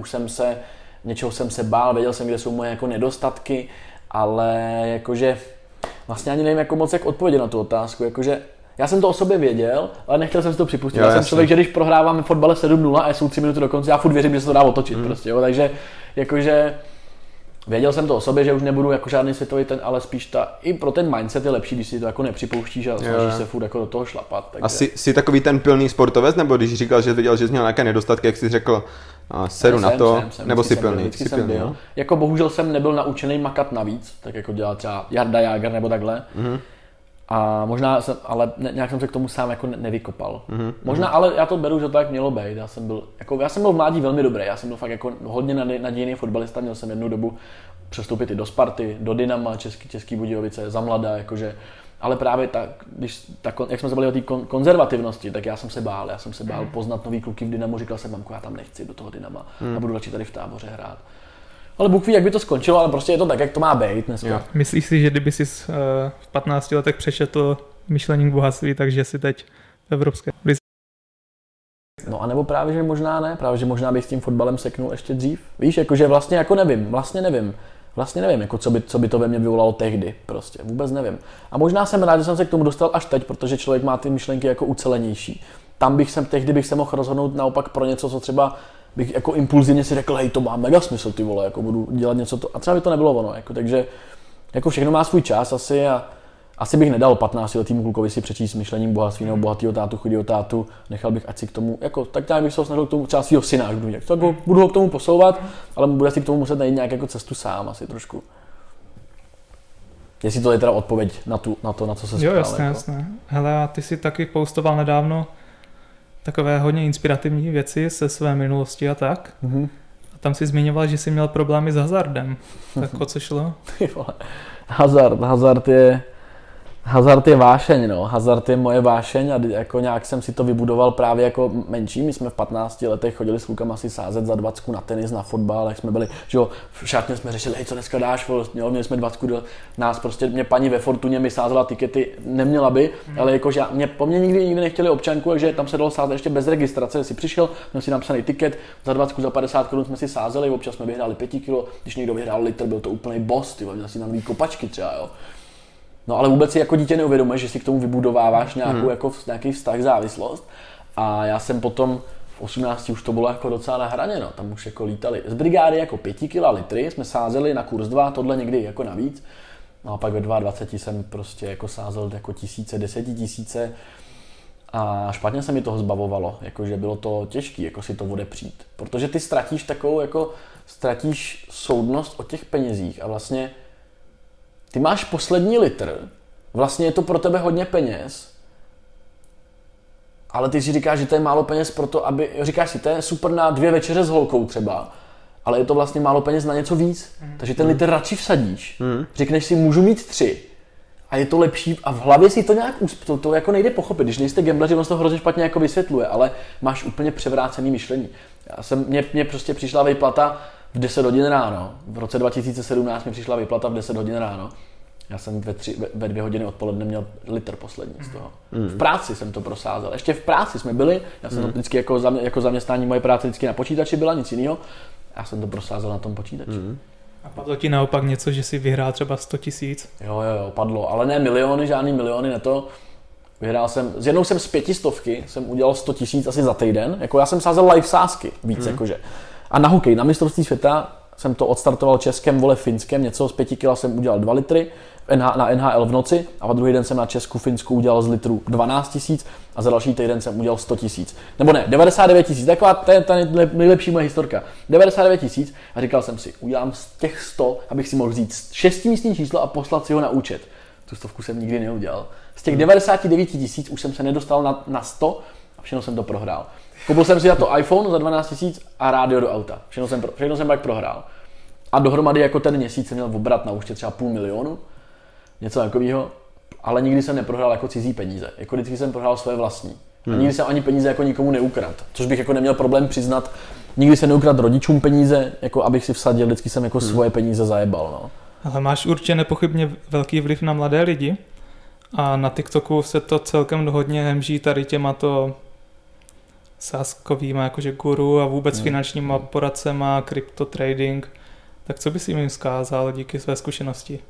něčeho jsem se bál, věděl jsem, kde jsou moje jako nedostatky, ale jakože vlastně ani nevím jako moc jak odpovědět na tu otázku, jakože já jsem to o sobě věděl, ale nechtěl jsem si to připustit. Já jsem člověk, že když prohráváme fotbale 7-0 a jsou 3 minuty do konce, já furt věřím, že se to dá otočit prostě, jo, takže jakože věděl jsem to o sobě, že už nebudu jako žádný světový ale spíš i pro ten mindset je lepší, když si to jako nepřipouštíš a snažíš se furt jako do toho šlapat. Takže... A jsi takový ten pilný sportovec, nebo když říkal, že viděl, že jsi měl nějaké nedostatky, jak jsi řekl, seru na to, nebo jsi pilný? Vždycky jsem byl. Jako bohužel jsem nebyl naučený makat navíc, tak jako dělal třeba Jarda Jágr nebo takhle. A možná ale nějak jsem se k tomu sám jako nevykopal. Možná, ale já to beru, že to tak mělo být. Já jsem byl v mládí velmi dobrý, já jsem byl fakt jako hodně nadějný fotbalista, měl jsem jednu dobu přestoupit i do Sparty, do Dynama, Český Budějovice, za mladá, jakože. Ale právě jak jsme se bavili o té konzervativnosti, tak já jsem se bál poznat nový kluky v Dynamu, říkal jsem mamku, já tam nechci do toho Dynama a budu radši tady v Táboře hrát. Ale Bůh ví, jak by to skončilo, ale prostě je to tak, jak to má být dneska. Jo. Myslíš si, že kdyby jsi v 15 letech přečetl Myšlení k bohatství, takže si teď v evropské lize? No a nebo právě, že možná ne, právě, že možná bych s tím fotbalem seknul ještě dřív. Víš, jakože vlastně jako nevím, jako co by to ve mně vyvolalo tehdy, prostě, vůbec nevím. A možná jsem rád, že jsem se k tomu dostal až teď, protože člověk má ty myšlenky jako ucelenější. Tehdy bych se mohl rozhodnout naopak pro něco, co třeba bych jako impulzivně si řekl, hej, to má mega smysl, ty vole, jako budu dělat něco to, a třeba by to nebylo ono, jako, takže jako všechno má svůj čas asi a asi bych nedal 15letýmu klukovi si přečíst Myšlením bohatství nebo Bohatýho tátu, chudýho tátu, nechal bych ať si k tomu, jako, tak nějak bych se ho snažil k tomu třeba svýho syna, budu ho k tomu posouvat, ale bude si k tomu muset najít nějak jako cestu sám asi trošku. Jestli to je teda odpověď na to, na co se ptal. Jo, jasné. Hele, a ty jsi taky postoval nedávno takové hodně inspirativní věci se své minulosti a tak. A tam si zmiňoval, že jsi měl problémy s hazardem. Tak o co šlo? Hazard je vášeň, no. Hazard je moje vášeň a jako nějak jsem si to vybudoval právě jako menší. My jsme v 15 letech chodili s klukama si sázet za 20 na tenis, na fotbal, jak jsme byli, že jo, v šatně jsme řešili, hej, co dneska dáš, jo, měli jsme 20 do nás, prostě mě paní ve Fortuně mi sázela tikety, neměla by, ale jakože po mně nikdy nechtěli občanku, takže tam se dalo sázet ještě bez registrace, si přišel, měl si napsaný tiket, za 20, za 50 korun jsme si sázeli, občas jsme vyhráli 5 kilo, když někdo vyhrál litr, byl to úplný boss, ty měl si tam kopačky třeba, jo. No ale vůbec si jako dítě neuvědomuješ, že si k tomu vybudováváš nějaký vztah, závislost. A já jsem potom v 18 už to bylo jako docela na hraně, no. Tam už jako lítali z brigády jako 5 kg litry, jsme sázeli na kurz 2, tohle někdy jako navíc. No a pak ve 22 jsem prostě jako sázel jako tisíce, 10 000 a špatně se mi toho zbavovalo, jakože bylo to těžké jako si to odepřít. Protože ty ztratíš soudnost o těch penězích a vlastně ty máš poslední litr, vlastně je to pro tebe hodně peněz, ale ty si říkáš, že to je málo peněz pro to, říkáš si, to je super na 2 večeře s holkou třeba, ale je to vlastně málo peněz na něco víc, takže ten litr radši vsadíš, řekneš si, můžu mít 3 a je to lepší a v hlavě si to nějak to jako nejde pochopit, když nejste gambleři, on to hrozně špatně jako vysvětluje, ale máš úplně převrácený myšlení. Mně prostě přišla výplata v 10 hodin ráno. V roce 2017 mi přišla výplata v 10 hodin ráno. Já jsem ve 2 hodiny odpoledne měl litr poslední z toho. V práci jsem to prosázel. Ještě v práci jsme byli, já jsem to vždycky jako zaměstnání, moje práce vždycky na počítači byla, nic jiného. Já jsem to prosázel na tom počítači. A padlo ti naopak něco, že si vyhrál třeba 100 000? Jo, padlo, ale ne miliony, žádný miliony, ne to. Vyhrál jsem, jednou jsem z 500 jsem udělal 100 000 asi za týden, jako já jsem sázel live sázky víc, jakože. A na hokej, na mistrovství světa jsem to odstartoval Českem, Finskem, něco z 5 kg jsem udělal 2 litry, na NHL v noci a druhý den jsem na Česku, Finsku udělal z litru 12 000 a za další týden jsem udělal 100 000. Nebo ne, 99 000, taková, to je ta nejlepší moje historka. 99 000 a říkal jsem si, udělám z těch 100, abych si mohl vzít 6místní číslo a poslat si ho na účet. Tu 100 jsem nikdy neudělal. Z těch 99 000 už jsem se nedostal na 100 a všechno jsem to prohrál. Koupil jsem si na to iPhone za 12 000 a rádio do auta. Všechno jsem pak prohrál. A dohromady jako ten měsíc jsem měl obrat na účtě třeba 500 000, něco takového, ale nikdy jsem neprohrál jako cizí peníze. Jako vždycky jsem prohrál svoje vlastní. A nikdy jsem ani peníze jako nikomu neukradl, což bych jako neměl problém přiznat. Nikdy jsem neukradl rodičům peníze, jako abych si vsadil, vždycky jsem jako svoje peníze zajebal. No. Ale máš určitě nepochybně velký vliv na mladé lidi a na TikToku se to celkem hodně hemží tady těmato sázkovýma jakože guru a vůbec finančníma poradcema, kryptotrading, tak co bys jim vzkázal díky své zkušenosti?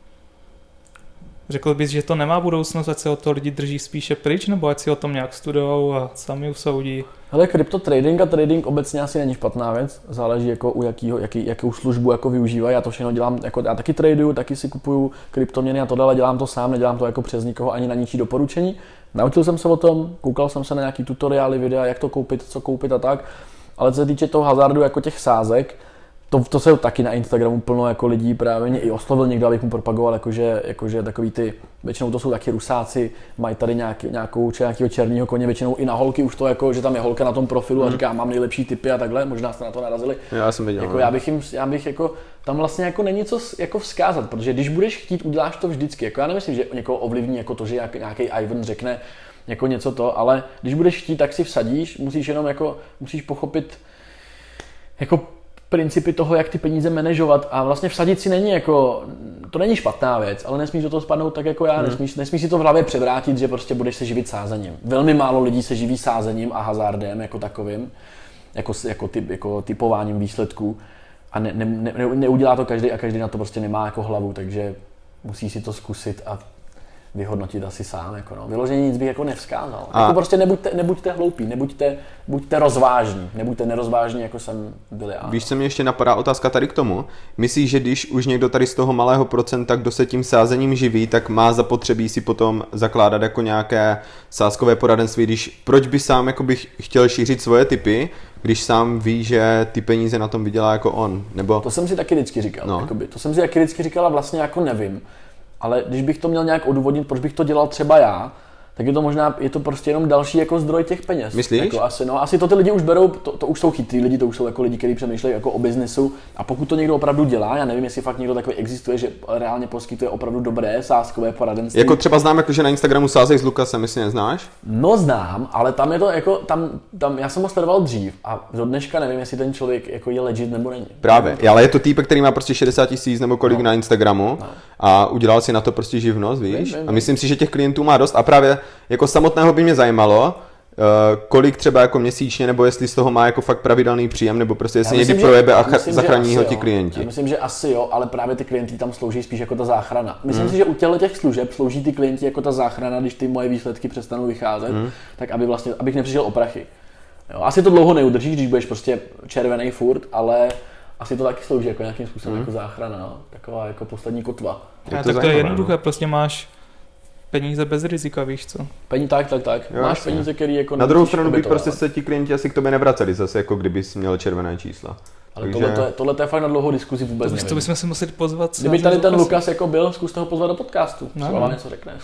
Řekl bys, že to nemá budoucnost, ať se o to lidi drží spíše pryč, nebo ať si o tom nějak studujou a sami usoudí? Hele, kryptotrading a trading obecně asi není špatná věc, záleží jako u jakou službu jako využívají. Já to všechno dělám, jako já taky traduju, taky si kupuju kryptoměny a tohle, ale dělám to sám, nedělám to jako přes nikoho ani na ničí doporučení. Naučil jsem se o tom, koukal jsem se na nějaký tutoriály, videa, jak to koupit, co koupit a tak, ale co se týče toho hazardu jako těch sázek, to se taky na Instagramu plno jako lidí právě mě i oslovil někdo, abych mu propagoval, jakože takový ty, většinou to jsou taky Rusáci, mají tady nějakého černého koně, většinou i na holky už to jako, že tam je holka na tom profilu a říká, mám nejlepší tipy a takhle, možná jste na to narazili. Já jsem viděl. Jako, já bych jako, tam vlastně jako není co jako vzkázat, protože když budeš chtít, uděláš to vždycky. Jako já nemyslím, že někoho ovlivní jako to, že nějaký Ivan řekne jako něco to, ale když budeš chtít, tak si vsadíš, musíš pochopit jako principy toho, jak ty peníze manažovat a vlastně vsadit si není jako, to není špatná věc, ale nesmíš do toho spadnout tak jako já, nesmíš si to v hlavě převrátit, že prostě budeš se živit sázením. Velmi málo lidí se živí sázením a hazardem jako takovým, jako typováním výsledků a neudělá to každý a každý na to prostě nemá jako hlavu, takže musí si to zkusit a vyhodnotit asi sám, jako no. Vyloženě nic bych jako nevzkázal. Jako prostě nebuďte hloupí, buďte rozvážní, nebuďte nerozvážní, jako jsem byl já. Víš, co mě ještě napadá otázka tady k tomu? Myslíš, že když už někdo tady z toho malého procenta, kdo se tím sázením živí, tak má zapotřebí si potom zakládat jako nějaké sázkové poradenství, proč by sám jako bych chtěl šířit svoje tipy, když sám ví, že ty peníze na tom vydělá jako on, nebo... To jsem si taky vždycky říkal, to jsem si taky vždycky říkal a vlastně jako nevím. Ale když bych to měl nějak odůvodnit, proč bych to dělal třeba já, tak je to prostě jenom další jako zdroj těch peněz. Myslíš? Jako asi to ty lidi už berou, to už jsou chytrý lidi, to už jsou jako lidi, kteří přemýšlejí jako o biznesu a pokud to někdo opravdu dělá, já nevím, jestli fakt někdo takový existuje, že reálně poskytuje opravdu dobré sázkové poradenství. Jako třeba znám, jako, že na Instagramu sázej s Lukasem, jestli neznáš? No znám, ale tam je to jako, tam já jsem ho sledoval dřív a do dneška nevím, jestli ten člověk jako je legit nebo není. Právě, ale je to týpek, který má prostě 60 000 nebo kolik na Instagramu a udělal si na to prostě živnost, víš? A myslím si, že těch klientů má dost a právě jako samotného by mě zajímalo, kolik třeba jako měsíčně, nebo jestli z toho má jako fakt pravidelný příjem, nebo prostě jestli někdy projebe a zachrání ho ti klienti. Já myslím, že asi jo, ale právě ty klienti tam slouží spíš jako ta záchrana. Myslím si, že u těch služeb slouží ty klienti jako ta záchrana, když ty moje výsledky přestanou vycházet, tak abych nepřišel o prachy. Jo, asi to dlouho neudržíš, když budeš prostě červený furt, ale asi to taky slouží jako nějakým způsobem jako záchrana, no. Taková jako poslední kotva. Tak to je jednoduché, prostě máš peníze bez rizika, víš co? Tak. Jo, máš peníze, které jako... Na druhou stranu by prostě se ti klienti asi k tobě nevraceli zase, jako kdybys měl červené čísla. Ale tohle je fakt na dlouhou diskuzi vůbec nevím. To bychom si museli pozvat... Kdyby tady ten Lukas jako byl, zkuste ho pozvat do podcastu. Třeba vám něco řekne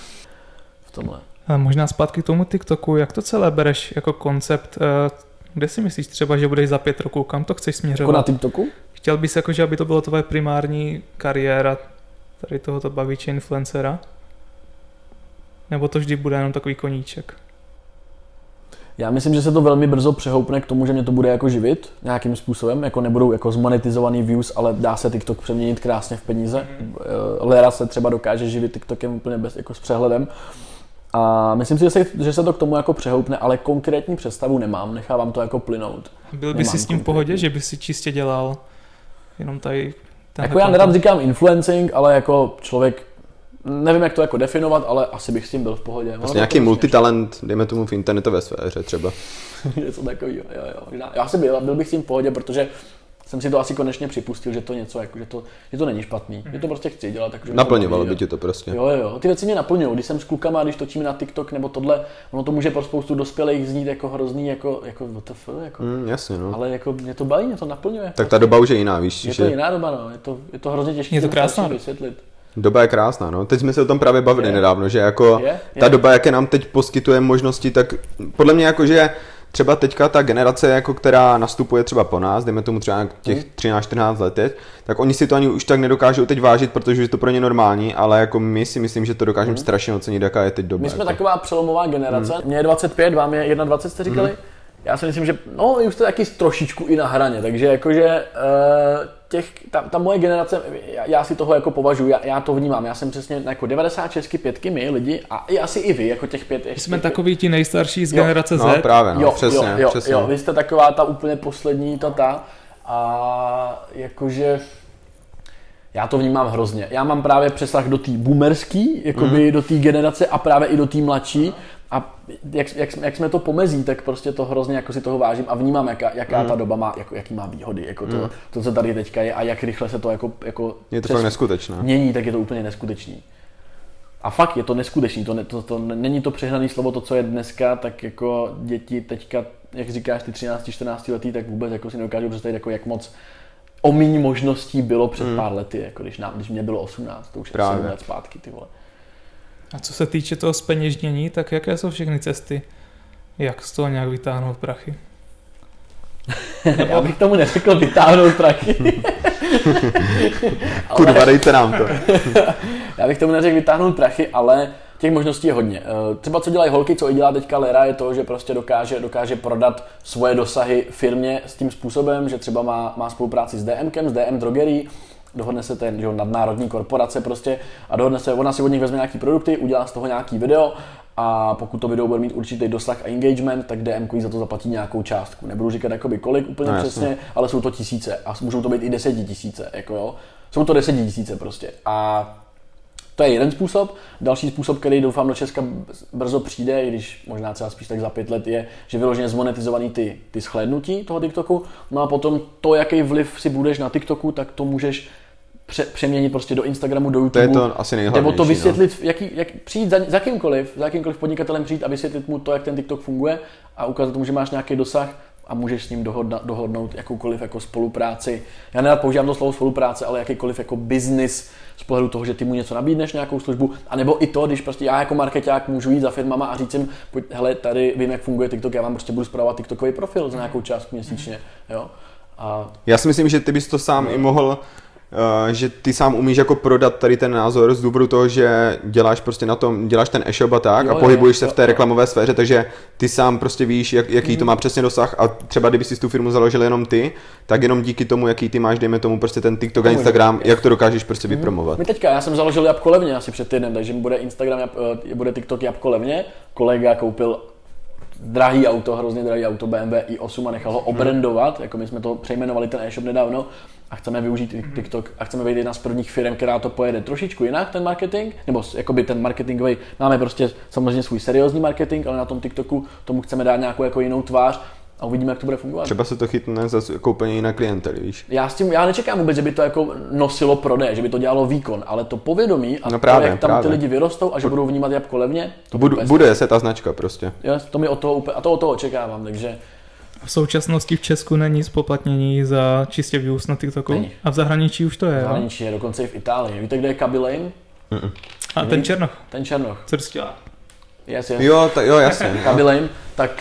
v tomhle. A možná zpátky k tomu TikToku, jak to celé bereš jako koncept? Kde si myslíš třeba, že budeš za 5 roků? Kam to chceš směřovat? Jako na TikToku? Chtěl bys jako, že aby to bylo tvoje primární kariéra tady tohoto baviče influencera? Nebo to vždy bude jenom takový koníček? Já myslím, že se to velmi brzo přehoupne k tomu, že mě to bude jako živit nějakým způsobem, jako nebudou jako zmonetizovaný views, ale dá se TikTok přeměnit krásně v peníze. Lera se třeba dokáže živit TikTokem úplně jako s přehledem. A myslím si, že se to k tomu jako přehoupne, ale konkrétní představu nemám, nechávám to jako plynout. Byl bys si s tím v pohodě, že bys si čistě dělal jenom tady... Jako já nerad říkám influencing, ale jako člověk, nevím jak to jako definovat, ale asi bych s tím byl v pohodě. Vlastně nějaký multitalent, dejme tomu v internetové sféře třeba. Něco takového, jo. Já asi byl bych s tím v pohodě, protože jsem si to asi konečně připustil, že to něco, jako, že to není špatný, že to prostě chci dělat. Takže naplňovalo by tě to prostě. Jo, ty věci mě naplňují, když jsem s klukama, když točíme na TikTok nebo tohle, ono to může pro spoustu dospělých znít jako hrozný, jako WTF, jako. Jasně, no. Ale jako mě to baví, mě to naplňuje. Tak ta doba už je jiná, víš. Je to jiná doba, no, je to hrozně těžké. Je to krásná vysvětlit. Doba je krásná, no. Teď jsme se o tom právě bavili nedávno, že jako ta doba, jaké nám teď poskytuje možnosti, tak podle mě jako, že třeba teďka ta generace, jako která nastupuje třeba po nás, dejme tomu třeba těch 13-14 let teď, tak oni si to ani už tak nedokážou teď vážit, protože je to pro ně normální, ale jako my si myslím, že to dokážeme strašně ocenit, jaká je teď doba. My jsme jako taková přelomová generace, mně je 25, vám je 21, jste říkali? Já si myslím, že no, už jste taky trošičku i na hraně, takže jakože ta moje generace, já si toho jako považuji, já to vnímám, já jsem přesně jako 96 pětky my lidi a asi i vy, jako těch 5. Jsme takový ti nejstarší z generace Z. No právě, přesně. Jo, vy jste taková ta úplně poslední tata a jakože já to vnímám hrozně. Já mám právě přesah do té boomerský, jakoby do té generace a právě i do té mladší. A jak jsme to pomezí, tak prostě to hrozně jako si toho vážím a vnímám, jaká ta doba má, jaký má výhody, jako to, co tady teďka je a jak rychle se to jako je to fakt neskutečné. Mění, tak je to úplně neskutečný. A fakt je to neskutečný, to není to přehnané slovo, to, co je dneska, tak jako děti teďka, jak říkáš, ty 13-14 letý, tak vůbec jako si nedokážu představit, jako jak moc omíň možností bylo před pár lety, jako když mě bylo 18, to už je 7 let zpátky, ty vole. A co se týče toho zpeněžnění, tak jaké jsou všechny cesty? Jak z toho nějak vytáhnout prachy? Já bych tomu neřekl vytáhnout prachy. Kurva, dejte nám to. Já bych tomu neřekl vytáhnout prachy, ale těch možností je hodně. Třeba co dělají holky, co i dělá teďka Lera, je to, že prostě dokáže prodat svoje dosahy firmě s tím způsobem, že třeba má spolupráci s DMkem, s DM Drogerí, dohodne se ten, že nadnárodní korporace prostě a dohodne se, ona si od nich vezme nějaký produkty, udělá z toho nějaký video a pokud to video bude mít určitý dosah a engagement, tak DM jí za to zaplatí nějakou částku. Nebudu říkat jakoby kolik úplně přesně, ale jsou to tisíce a můžou to být i 10 000, jako jo. Jsou to 10 000 prostě a to je jeden způsob. Další způsob, který doufám do Česka brzo přijde, i když možná třeba spíš tak za 5 let, je, že vyloženě zmonetizovaný ty shlédnutí toho TikToku. No a potom to, jaký vliv si budeš na TikToku, tak to můžeš přeměnit prostě do Instagramu, do YouTube. To je to asi nejhlavnější. Nebo to vysvětlit, jak přijít za jakýmkoliv podnikatelem přijít a vysvětlit mu to, jak ten TikTok funguje a ukázat mu, že máš nějaký dosah a můžeš s ním dohodnout jakoukoliv jako spolupráci. Já nerad používám to slovo spolupráce, ale jakýkoliv jako business z pohledu toho, že ty mu něco nabídneš, nějakou službu, anebo i to, když prostě já jako marketák můžu jít za firmama a říct jim, hele, tady vím, jak funguje TikTok, já vám prostě budu spravovat TikTokový profil za nějakou částku měsíčně, jo. A já si myslím, že ty bys to sám i mohl, že ty sám umíš jako prodat tady ten názor z důvodu toho, že děláš prostě na tom, děláš ten e-shop a tak a pohybuješ se v té reklamové sféře, takže ty sám prostě víš, jaký to má přesně dosah a třeba kdyby si tu firmu založil jenom ty, tak jenom díky tomu, jaký ty máš, dejme tomu prostě ten TikTok a Instagram, jak to dokážeš prostě vypromovat. Já jsem založil Jabko levně asi před týdnem, takže bude Instagram, bude TikTok Jabko levně, kolega koupil hrozně drahý auto BMW i8 a nechal ho obrandovat, jako my jsme to přejmenovali ten e-shop nedávno a chceme využít TikTok a chceme být jedna z prvních firm, která to pojede trošičku jinak, ten marketing, nebo jakoby ten marketingový, máme prostě samozřejmě svůj seriózní marketing, ale na tom TikToku tomu chceme dát nějakou jako jinou tvář a uvidíme, jak to bude fungovat. Třeba se to chytne za úplně jiná klientely, víš? Já nečekám vůbec, že by to jako nosilo prodej, že by to dělalo výkon, ale to povědomí a to, jak tam ty lidi vyrostou a že budou vnímat Jabko levně, to bude se ta značka prostě. Jo, to mi od toho očekávám, takže v současnosti v Česku není zpoplatnění za čistě views na TikToku? Není. A v zahraničí už to je, v zahraničí je, dokonce i v Itálii. Víte, kde je Kaby Lame? A ten Černoch. Ten Černoch. Co jsi dělá? Yes. Jo, jasně. Kaby Lame, tak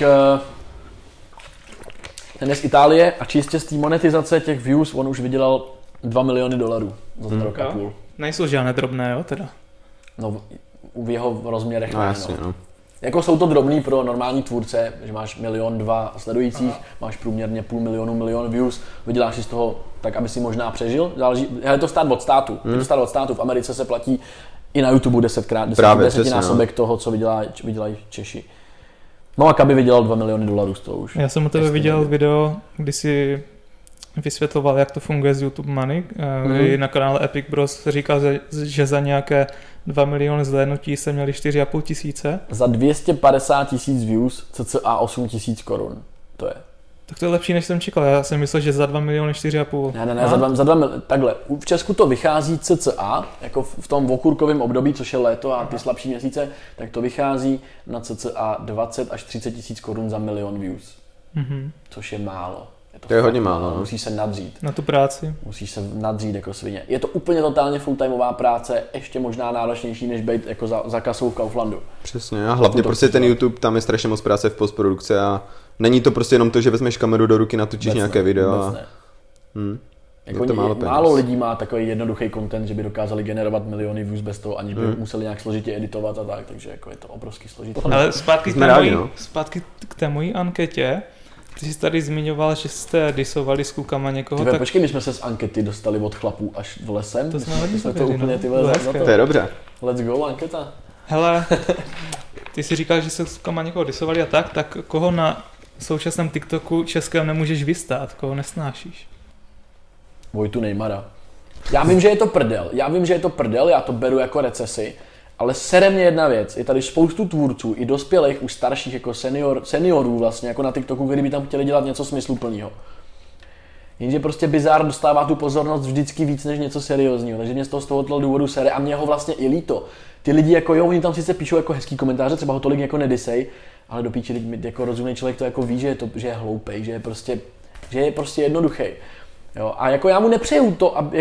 ten je z Itálie a čistě z té monetizace těch views on už vydělal $2 miliony za ten rok a půl. Nejsou žádné drobné, jo, teda? No, v jeho rozměrech. No jasně, no. Jako jsou to drobný pro normální tvůrce, že máš 1-2 milion sledujících, máš průměrně 500 000, milion views, vyděláš si z toho tak, aby si možná přežil. Je to stát od státu. Je to stát od státu. V Americe se platí i na YouTube 10násobek toho, co vydělají Češi. No a Kaby vydělal $2 miliony z toho už. Já jsem u tebe viděl video, kdy si vysvětloval, jak to funguje z YouTube Money. Na kanále Epic Bros říkal, že za nějaké 2 miliony zhlédnutí se měli 4,5 tisíce. Za 250 000 views cca 8 000 korun. To je. Tak to je lepší, než jsem čekal. Já jsem myslel, že za 2 miliony 4,5. Ne, za 2 takhle. V Česku to vychází cca, jako v tom okurkovém období, což je léto a ty slabší měsíce, tak to vychází na cca 20 až 30 000 korun za milion views. Což je málo. To je hodně málo. No. Musíš se nadřít. Na tu práci. Musíš se nadřít jako svině. Je to úplně totálně fulltimeová práce, ještě možná náročnější, než být jako za kasou v Kauflandu. Přesně, a hlavně prostě ten YouTube, tam je strašně moc práce v postprodukci a není to prostě jenom to, že vezmeš kameru do ruky, natočíš nějaké video. Jako málo lidí má takový jednoduchý content, že by dokázali generovat miliony views bez toho, aniž by museli nějak složitě editovat a tak, takže jako je to obrovský složitý. Ale zpátky k té mojí anketě. Ty jsi tady zmiňoval, že jste disovali s klukama někoho, Tyve, tak... Počkej, my jsme se z ankety dostali od chlapů až v lesem. To jsme hodně to soupeři, úplně no. ty vole za To je dobře. Let's go, anketa. Hele, ty si říkal, že se s klukama někoho disovali a tak koho na současném TikToku českém nemůžeš vystát, koho nesnášíš? Vojtu Neymara. Já vím, že je to prdel, já to beru jako recesi, ale sere mě jedna věc, je tady spoustu tvůrců, i dospělých, už starších, jako seniorů vlastně, jako na TikToku, kteří by tam chtěli dělat něco smysluplného. Jenže prostě Bizarre dostává tu pozornost vždycky víc než něco seriózního, takže mě z tohoto důvodu sere a mě ho vlastně i líto. Ty lidi jako jo, oni tam sice píšou jako hezký komentáře, třeba ho tolik jako nedisej, ale do píči jako rozumný člověk to jako ví, že je hloupej, že je prostě jednoduchý. Jo, a jako já mu nepřeju to, aby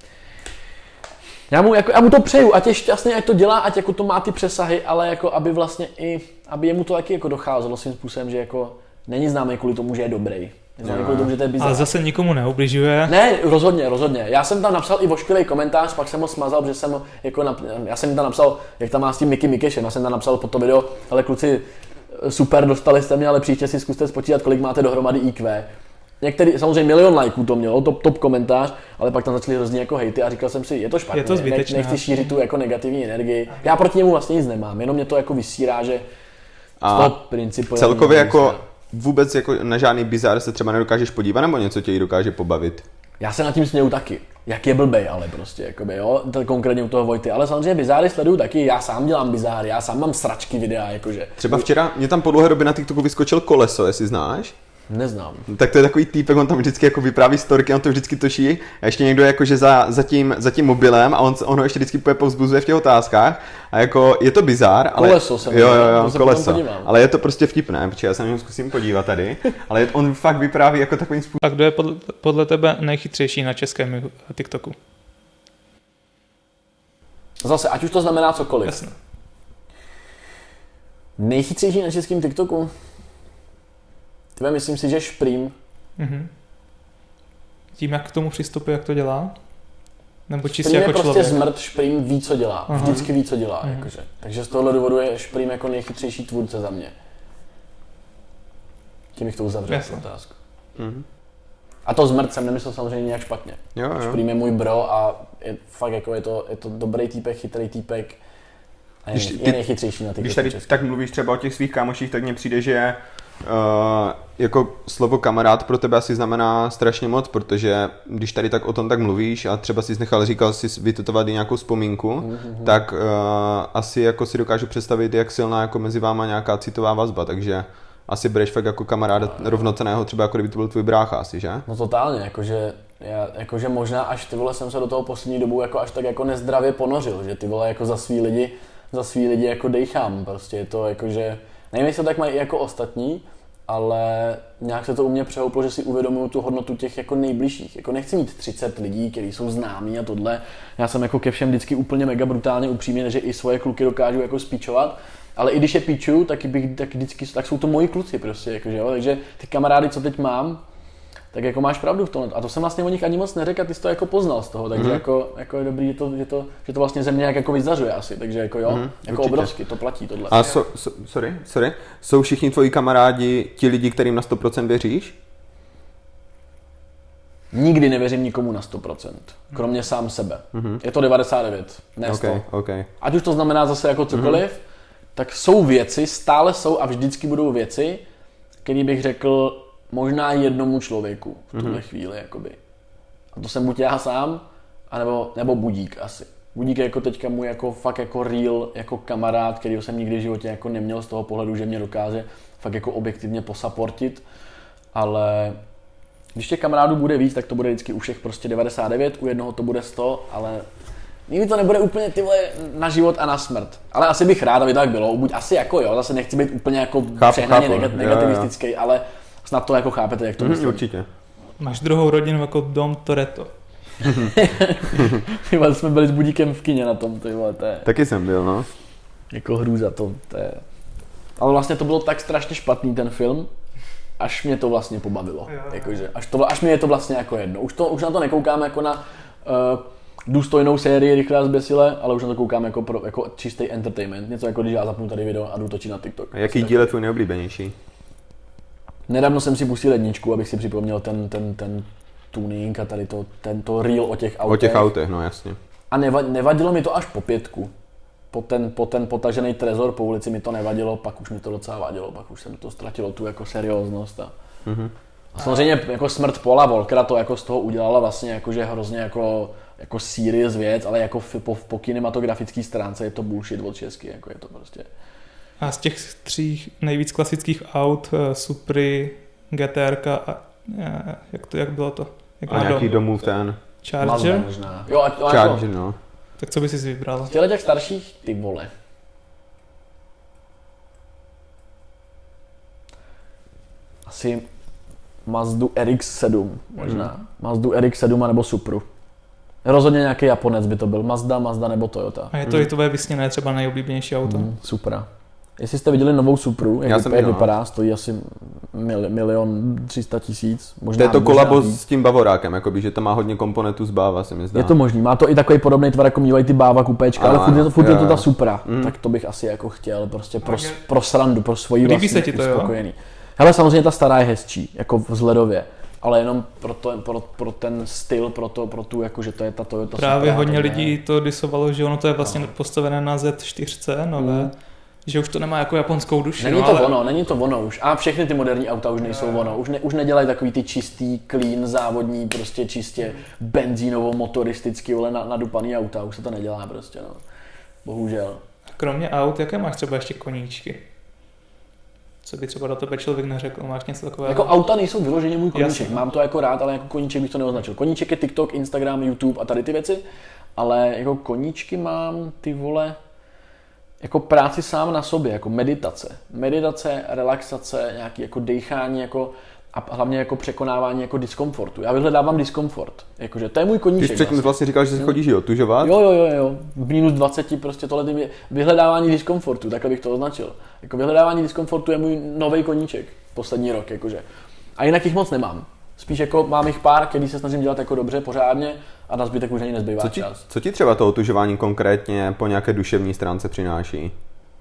já mu to přeju, ať je šťastný, ať to dělá, ať jako to má ty přesahy, ale jako aby vlastně i, aby jemu to taky jako docházelo svým způsobem, že jako není známý kvůli tomu, že je dobrý. Ale zase nikomu neubližuje. Ne, rozhodně. Já jsem tam napsal i vošklivý komentář, pak jsem ho smazal, protože jsem jako já jsem tam napsal, jak tam má s tím Mickey Mikešem, já jsem tam napsal pod to video, ale kluci, super, dostali jste mě, ale příště si zkuste spočítat, kolik máte dohromady IQ. Některý, samozřejmě 1 000 000 lajků to mělo, top komentář, ale pak tam začali hrozně jako hejty a říkal jsem si, je to špatně, je to zbytečné, nechci šířit tu jako negativní energii. Já proti němu vlastně nic nemám, jenom mě to jako vysírá, že z toho principu... Celkově jako vůbec jako na žádný Bizarre se třeba nedokážeš podívat, nebo něco tě jí dokáže pobavit? Já se nad tím směju taky, jak je blbej, ale prostě, jakoby, jo, konkrétně u toho Vojty, ale samozřejmě Bizarry sleduju taky, já sám dělám Bizarry, já sám mám sračky videa, jakože. Třeba včera mě tam po dlouhé době na TikToku vyskočil Koleso, jestli znáš? Neznám. Tak to je takový týpek, on tam vždycky jako vypráví storky, on to vždycky točí a ještě někdo jakože za tím mobilem a on ho ještě vždycky povzbuzuje v těch otázkách a jako je to Bizarre, ale... Koleso jsem jo, Koleso, ale je to prostě vtipné, protože já se na něm zkusím podívat tady, ale on fakt vypráví jako takovým způsobem. A kdo je podle tebe nejchytřejší na českém TikToku? Zase, ať už to znamená cokoliv. Jasně. Nejchytřejší na českém TikToku? Tebe myslím si, že Šprým. Tím, jak k tomu přistupuje, jak to dělá? Nebo čistě Šprým jako je prostě člověk? zmrt, Šprým ví, co dělá. Vždycky ví, co dělá. Jakože. Takže z tohohle důvodu je Šprým jako nejchytřejší tvůrce za mě. Tím bych to uzavřel, tu otázku. A to zmrt jsem nemyslel samozřejmě nějak špatně. Jo. Šprým je můj bro a je fakt jako je to dobrý týpek, chytrý týpek. A je nejchytřejší na TikToku. Když tady tak mluvíš třeba o těch svých kámoších, tak mně přijde, že jako slovo kamarád pro tebe asi znamená strašně moc, protože když tady tak o tom tak mluvíš a třeba jsi říkal si vytetovat i nějakou vzpomínku, tak asi jako si dokážu představit, jak silná jako mezi váma nějaká citová vazba, takže asi bereš fakt jako kamaráda rovnocenného, třeba jako kdyby to byl tvůj brácha asi, že? No totálně, jakože možná až ty vole jsem se do toho poslední dobu jako až tak jako nezdravě ponořil, že ty vole jako za svý lidi jako dejchám, prostě je to jakože, nevím, jestli to tak mají i jako ostatní, ale nějak se to u mě přehouplo, že si uvědomuju tu hodnotu těch jako nejbližších. Jako nechci mít 30 lidí, kteří jsou známí a tohle. Já jsem jako ke všem vždycky úplně mega brutálně upřímně, že i svoje kluky dokážu jako spíčovat. Ale i když je píču, tak jsou to moji kluci prostě, jakože, jo? Takže ty kamarády, co teď mám, tak jako máš pravdu v tom. A to jsem vlastně o nich ani moc neřekl, ty jsi to jako poznal z toho, takže jako je dobrý, že to vlastně ze mě jako vyzařuje asi, takže jako jo, jako určitě. obrovsky, to platí tohle. A sorry, jsou všichni tvoji kamarádi ti lidi, kterým na 100% věříš? Nikdy nevěřím nikomu na 100%, kromě sám sebe. Je to 99, ne 100. Okay. Ať už to znamená zase jako cokoliv, tak jsou věci, stále jsou a vždycky budou věci, které bych řekl možná jednomu člověku v tuhle chvíli, jakoby. A to jsem buď já sám, nebo Budík asi. Budík je jako teďka můj jako fakt jako real, jako kamarád, kterýho jsem nikdy v životě jako neměl z toho pohledu, že mě dokáže fakt jako objektivně posaportit, ale když těch kamarádů bude víc, tak to bude vždycky u všech prostě 99, u jednoho to bude 100, ale nikdy to nebude úplně tyhle na život a na smrt. Ale asi bych rád, aby to tak bylo. Buď asi jako jo, zase nechci být úplně jako přehnaně negativistický, ale snad to jako chápete, jak to myslím. Určitě. Máš druhou rodinu jako Dom Toretto. Jsme byli s Budíkem v kině na tom, tyhle, to je... Taky jsem byl, no. Jako hrůza, to je... Ale vlastně to bylo tak strašně špatný ten film, až mě to vlastně pobavilo. Jakože, až mě je to vlastně jako jedno. Už na to nekoukáme jako na důstojnou sérii Rychle a zběsile, ale už na to koukám jako čistý entertainment. Něco jako když já zapnu tady video a jdu točit na TikTok. A jaký díl je tvůj nejoblíbenější? Nedávno jsem si pustil jedničku, abych si připomněl ten tuning a tady tento reel o těch autech. O těch autech, no jasně. A nevadilo mi to až po 5. Po ten potažený trezor po ulici mi to nevadilo, pak už mi to docela vadilo, pak už jsem to ztratilo tu jako serióznost. A samozřejmě jako smrt Paula Walkera to jako z toho udělala vlastně jakože hrozně jako serious věc, ale jako po kinematografické stránce je to bullshit od česky, jako je to prostě. A z těch 3 nejvíc klasických aut, Supry, GTR a jak bylo to? A nějaký domů ten? Charger? Jo, Charger, no. Tak co by si vybral? Z těch starších, ty vole. Asi Mazdu RX-7 možná. Mazdu RX-7 nebo Supru. Rozhodně nějaký Japonec by to byl. Mazda nebo Toyota. A je to i tvoje vysněné třeba nejoblíbenější auto? Supra. Jestli jste viděli novou Supru, jak vypadá, stojí asi 1 300 000. Možná, to je to kolabo s tím Bavorákem, jakoby, že to má hodně komponentů z Bava, se mi zdá. Je to možný, má to i takový podobný tvar, jako mývají ty Bava kupéčka, ale furt je to ta Supra. Tak to bych asi jako chtěl, prostě pro srandu, pro svoji vlastní uspokojený. Hele, samozřejmě ta stará je hezčí, jako vzhledově. Ale jenom pro ten styl, pro tu, jako, že to je ta Toyota Právě Supra, hodně lidí to disovalo, že ono to je vlastně postavené na Z4 nové. Že už to nemá jako japonskou duši. Není to ono už. A všechny ty moderní auta už nejsou ono. Už nedělají takový ty čistý, clean, závodní, prostě čistě benzínovo, motoristicky, nadupaný auta. Už se to nedělá prostě, no. Bohužel. Kromě aut, jaké máš třeba ještě koníčky? Co by třeba do tebe člověk neřekl? Máš něco takového? Jako auta nejsou vyloženě můj koníček. Jasně. Mám to jako rád, ale jako koníček bych to neoznačil. Koníček je TikTok, Instagram, YouTube a tady ty věci. Ale jako koníčky mám, ty vole, jako práci sám na sobě, jako meditace, relaxace, nějaký jako dejchání, jako a hlavně jako překonávání jako diskomfortu. Já vyhledávám diskomfort, jakože to je můj koníček. Ty jsi předtím vlastně říkal, že si chodíš otužovat? Jo, v minus 20 prostě tohle je vyhledávání diskomfortu, takhle bych to označil. Jako vyhledávání diskomfortu je můj nový koníček, poslední rok, jakože. A jinak jich moc nemám. Spíš jako mám jich pár, který se snažím dělat jako dobře, pořádně a na zbytek už ani nezbývá čas. Co ti třeba to otužování konkrétně po nějaké duševní stránce přináší?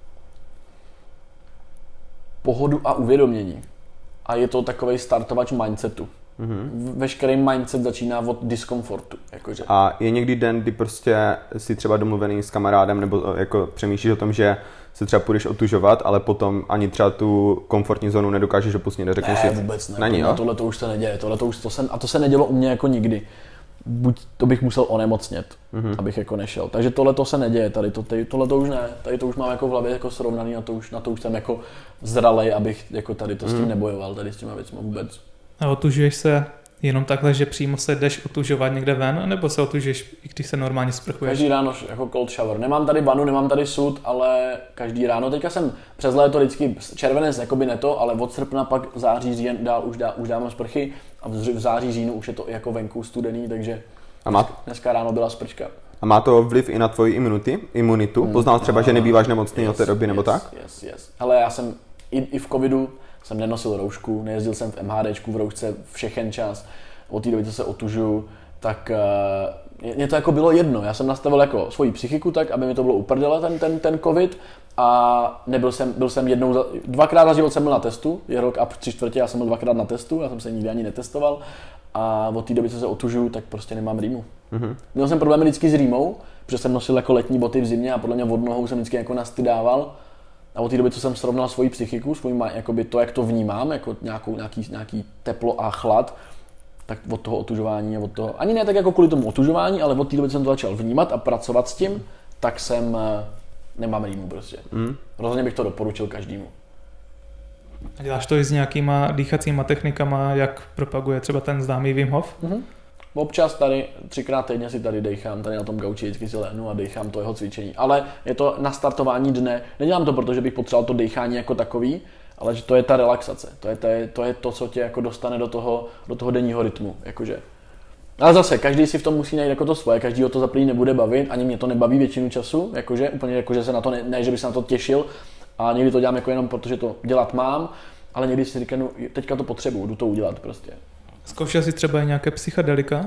Pohodu a uvědomění. A je to takovej startovač mindsetu. Veškerý mindset začíná od diskomfortu. Jakože. A je někdy den, kdy prostě jsi třeba domluvený s kamarádem nebo jako přemýšlíš o tom, že se třeba půjdeš otužovat, ale potom ani třeba tu komfortní zónu nedokážeš opustit, neřekneš si. Ne, vůbec ne. Tohle to už se neděje. To se nedělo u mě jako nikdy. Buď to bych musel onemocnět, abych jako nešel. Takže tohle to se neděje, tohle to už ne. Tady to už mám jako v hlavě jako srovnaný a na to už jsem jako zralej, abych jako tady to s tím nebojoval, tady s těma věcmi vůbec. A otužuješ se jenom takhle, že přímo se jdeš otužovat někde ven, nebo se otužuješ, i když se normálně sprchuješ? Každý ráno jako cold shower. Nemám tady vanu, nemám tady sud, ale každý ráno. Teďka jsem přes léto vždycky červenec, jakoby ne to, ale od srpna pak září, říjen dál už dávám sprchy a v září, říjnu už je to jako venku studený, takže dneska ráno byla sprchka. A má to vliv i na tvoji imunitu? Poznal třeba, že nebýváš nemocný od té doby, nebo tak? Yes. Hele, já jsem i v covidu jsem nenosil roušku, nejezdil jsem v MHDčku v roušce všechen čas. Od té doby, co se otužuju, tak mě to jako bylo jedno. Já jsem nastavil jako svoji psychiku tak, aby mi to bylo uprdele ten covid a byl jsem dvakrát za život jsem byl na testu, je rok a 3/4, já jsem byl 2krát na testu, já jsem se nikdy ani netestoval a od té doby, co se otužuju, tak prostě nemám rýmu. Měl jsem problémy vždycky s rýmou, protože jsem nosil jako letní boty v zimě a podle mě od nohou jsem vždycky jako nastydával. A od té doby, co jsem srovnal svoji psychiku, jakoby to, jak to vnímám, jako nějaký teplo a chlad, tak od toho otužování a od toho, ani ne tak jako kvůli tomu otužování, ale od té doby, co jsem to začal vnímat a pracovat s tím, tak nemám rýmu prostě. Rozhodně bych to doporučil každému. A děláš to i s nějakýma dýchacíma technikama, jak propaguje třeba ten známý Wim Hof? Občas tady 3krát týdně si tady dejchám, tady na tom gauči vždycky si lehnu a dejchám to jeho cvičení. Ale je to na startování dne. Nedělám to, protože bych potřeboval to dejchání jako takový, ale že to je ta relaxace. To je to, co tě jako dostane do toho denního rytmu. Jakože. Ale zase, každý si v tom musí najít jako to svoje, každý ho to za první nebude bavit, ani mě to nebaví většinu času, jakože, úplně jakože se na to ne, že bych se na to těšil a někdy to dělám jako jenom protože to dělat mám, ale někdy si říkám, no, teďka to potřebuju, jdu to udělat prostě. Zkoušel jsi třeba nějaké psychedelika?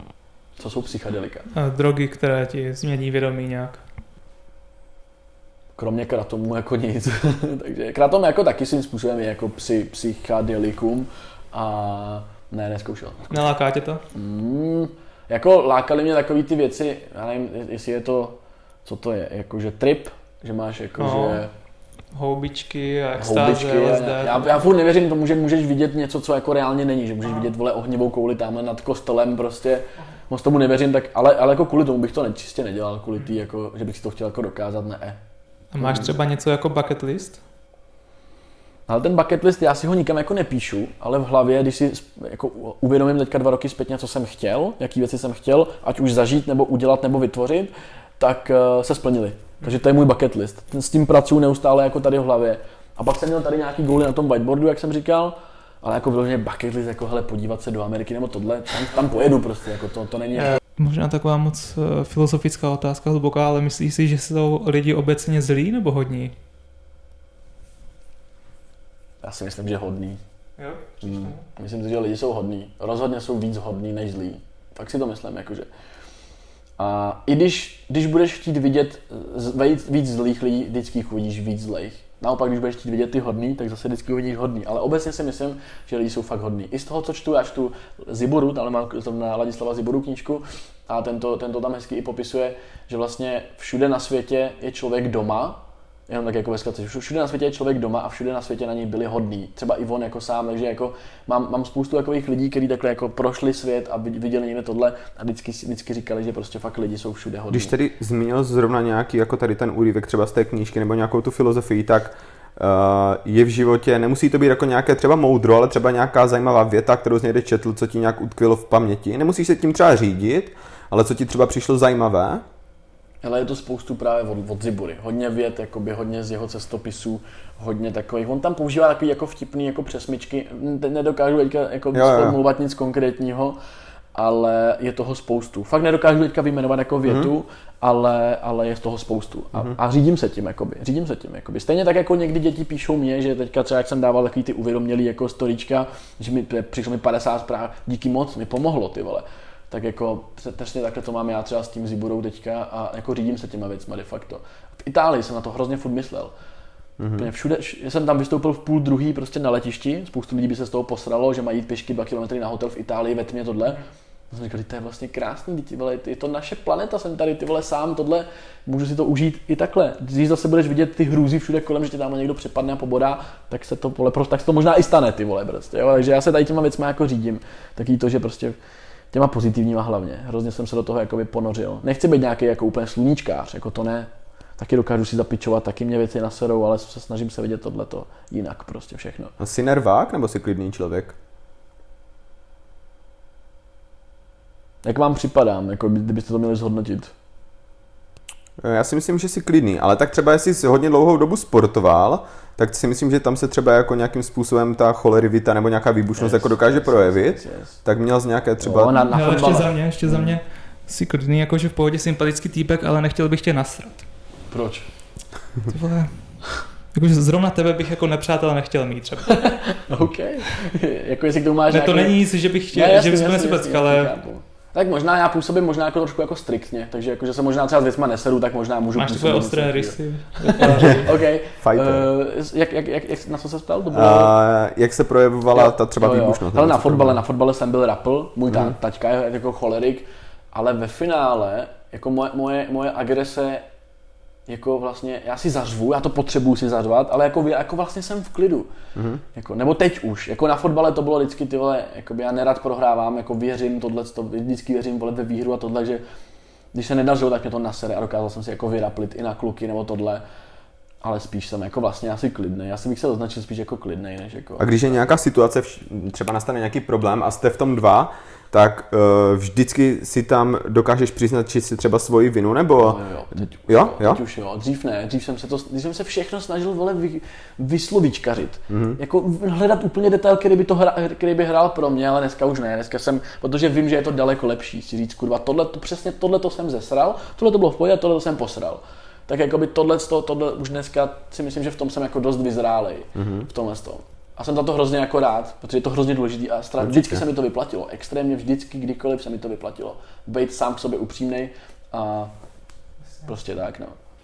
Co jsou psychedelika? Drogy, které ti změní vědomí nějak. kromě kratomu jako nic. Takže kratom jako taky svým způsobem je jako psychedelikum a ne, neskoušel. Neláká tě to? Jako lákaly mě takový ty věci, já nevím, jestli je to, co to je, jakože trip, že máš jakože... Houbičky a extáze, LSD. Já furt nevěřím tomu, že můžeš vidět něco, co jako reálně není, že můžeš vidět, vole, ohnivou kouli tamhle nad kostelem prostě. Moc tomu nevěřím, tak, ale jako kvůli tomu bych to čistě nedělal, kvůli tý, jako, že bych si to chtěl jako dokázat, ne. A máš třeba něco jako bucket list? Ale ten bucket list, já si ho nikam jako nepíšu, ale v hlavě, když si jako uvědomím teďka 2 roky zpětně, co jsem chtěl, jaký věci jsem chtěl, ať už zažít, nebo udělat, nebo vytvořit, tak se splnily. Takže to je můj bucket list. S tím pracuji neustále jako tady v hlavě. A pak jsem měl tady nějaký góly na tom whiteboardu, jak jsem říkal, ale jako vyloženě bucket list, jako hele, podívat se do Ameriky nebo tohle, tam pojedu prostě, jako to není... Možná taková moc filozofická otázka hluboká, ale myslíš si, že jsou lidi obecně zlí nebo hodní? Já si myslím, že hodný. Jo? Myslím si, že lidi jsou hodní. Rozhodně jsou víc hodní než zlí. Tak si to myslím, jakože. A i když budeš chtít vidět víc zlých lidí, vždycky uvidíš víc zlých. Naopak, když budeš chtít vidět ty hodný, tak zase vždycky uvidíš hodný. Ale obecně si myslím, že lidi jsou fakt hodní. I z toho, co čtu, já čtu Ziburu, tam mám na Ladislava Ziburu knížku, a tento tam hezky i popisuje, že vlastně všude na světě je člověk doma, jenom tak jako ve zkratce, všude na světě je člověk doma a všude na světě na něj byli hodní. Třeba i on jako sám, takže jako mám spoustu takových lidí, kteří takhle jako prošli svět a viděli někde tohle a vždycky říkali, že prostě fakt lidi jsou všude hodní. Když tedy zmínil zrovna nějaký jako tady ten úryvek třeba z té knížky nebo nějakou tu filozofii, tak je v životě, nemusí to být jako nějaké třeba moudro, ale třeba nějaká zajímavá věta, kterou jsi někde četl, co ti nějak utkvělo v paměti. Nemusíš se tím třeba řídit, ale co ti třeba přišlo zajímavé? Ale je to spoustu právě od Zibury. Hodně vět, jakoby, hodně z jeho cestopisů, hodně takových. On tam používá takový jako vtipný jako přesmyčky. Nedokážu teďka jako sformulovat nic konkrétního, ale je toho spoustu. Fakt nedokážu teďka vyjmenovat jako větu, ale je z toho spoustu. A řídím se tím, jakoby. Stejně tak jako někdy děti píšou mě, že teďka třeba jak jsem dával takový ty uvědomělý jako storyčka, že přišlo mi 50 zpráv, díky moc, mi pomohlo, ty vole. Tak jako přesně takhle to mám já třeba s tím Ziburou teďka a jako řídím se těma věcma de facto. V Itálii jsem na to hrozně furt myslel. Všude, jsem tam vystoupil v 12:30 prostě na letišti, spoustu lidí by se z toho posralo, že mají jít pěšky 2 kilometry na hotel v Itálii ve tmě tohle. A jsem říkal, to je vlastně krásný, ty vole, je to naše planeta, jsem tady, ty vole, sám tohle, můžu si to užít i takhle. Když zase budeš vidět ty hrůzy všude kolem, že tě tam někdo přepadne a pobodá, tak se to, vole, tak se to možná i stane, ty vole, prostě, jo? Takže já se tady těma věcma jako řídím. Taky to, že prostě těma pozitivníma hlavně. Hrozně jsem se do toho jakoby ponořil. Nechci být nějaký jako úplně sluníčkář, jako to ne. Taky dokážu si zapičovat, taky mě věci naserou, ale se snažím se vidět tohleto jinak prostě všechno. A jsi nervák nebo jsi klidný člověk? Jak vám připadám, jako kdybyste to měli zhodnotit? Já si myslím, že jsi klidný, ale tak třeba jestli jsi hodně dlouhou dobu sportoval, tak si myslím, že tam se třeba jako nějakým způsobem ta cholerivita nebo nějaká výbušnost jako dokáže projevit. Tak měl z nějaké třeba... Jo, na ještě za mě jsi klidný, jakože v pohodě sympatický týpek, ale nechtěl bych tě nasrat. Proč? Ty vole, jakože zrovna tebe bych jako nepřátel nechtěl mít třeba. OK. Jako jestli k tomu máš ne, to nějaký... není nic, že bych chtěl, že bys byl sympatic, ale... Tak možná já působím možná jako trošku jako striktně, takže jakože se možná třeba s věcma neseru, tak možná můžu máš působit. Máš takové ostré rysy. OK. Jak na co se ptal? To bylo... jak se projevovala ta třeba výbušnost? Ale na fotbale jsem byl rapl, můj taťka je jako cholerik, ale ve finále jako moje agrese jako vlastně, já si zařvu, já to potřebuju si zařvat, ale jako vlastně jsem v klidu. Jako, nebo teď už, jako na fotbale to bylo vždycky ty vole, jakoby já nerad prohrávám, jako věřím tohleto, vždycky věřím vole ve výhru a tohle, že když se nedařilo, tak mě to nasere a dokázal jsem si jako vyraplit i na kluky nebo tohle. Ale spíš jsem jako vlastně asi klidnej. Já si bych se označil spíš jako klidnej, než jako... A když je nějaká situace, třeba nastane nějaký problém a jste v tom dva, tak vždycky si tam dokážeš přiznat si třeba svoji vinu, nebo... Jo, teď už jo. Dřív ne, dřív jsem se všechno snažil vole vyslovíčkařit. Jako hledat úplně detail, který by hrál pro mě, ale dneska už ne. Dneska jsem, protože vím, že je to daleko lepší si říct, kurva, přesně tohle jsem zesral, tohle to bylo v pohodě a tohle jsem posral. Tak jakoby tohle už dneska si myslím, že v tom jsem jako dost vyzrálej, v tomhle tom. A jsem za to hrozně jako rád, protože je to hrozně důležitý a vždycky se mi to vyplatilo. Extrémně vždycky, kdykoliv se mi to vyplatilo. Být sám k sobě upřímnej a prostě tak, no.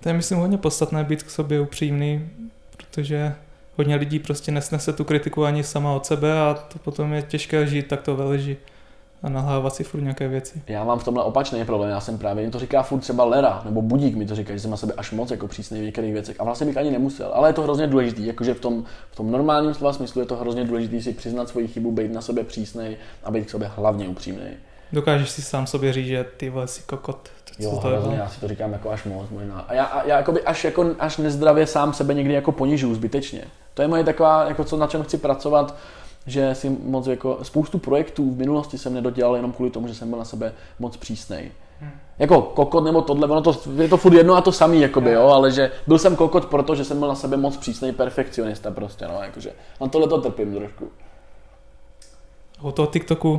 To je, myslím, hodně podstatné být k sobě upřímný, protože hodně lidí prostě nesnese tu kritiku ani sama od sebe a to potom je těžké žít takto ve leži a nalhávat si furt nějaké věci. Já mám v tomhle opačný problém, já jsem právě, to říká furt třeba Lera, nebo Budík mi to říká, že jsem na sebe až moc jako přísnej v některých věcech a vlastně bych ani nemusel, ale je to hrozně důležitý, jakože v tom normálním slova smyslu je to hrozně důležitý si přiznat svoji chybu, být na sebe přísnej a být k sobě hlavně upřímnej. Dokážeš si sám sobě říct, že ty vole jsi kokot. Jo, hrozně, já si to říkám jako až moc možná. A já jakoby až nezdravě sám sebe někdy jako ponižuju zbytečně. To je moje taková, jako co, na čem chci pracovat, že si moc jako spoustu projektů v minulosti jsem nedodělal jenom kvůli tomu, že jsem byl na sebe moc přísnej. Jako kokot nebo tohle, ono to, je to furt jedno a to samý, jakoby, jo, ale že byl jsem kokot, protože jsem byl na sebe moc přísnej perfekcionista prostě, no, jakože. Na tohle to trpím trošku. O toho TikToku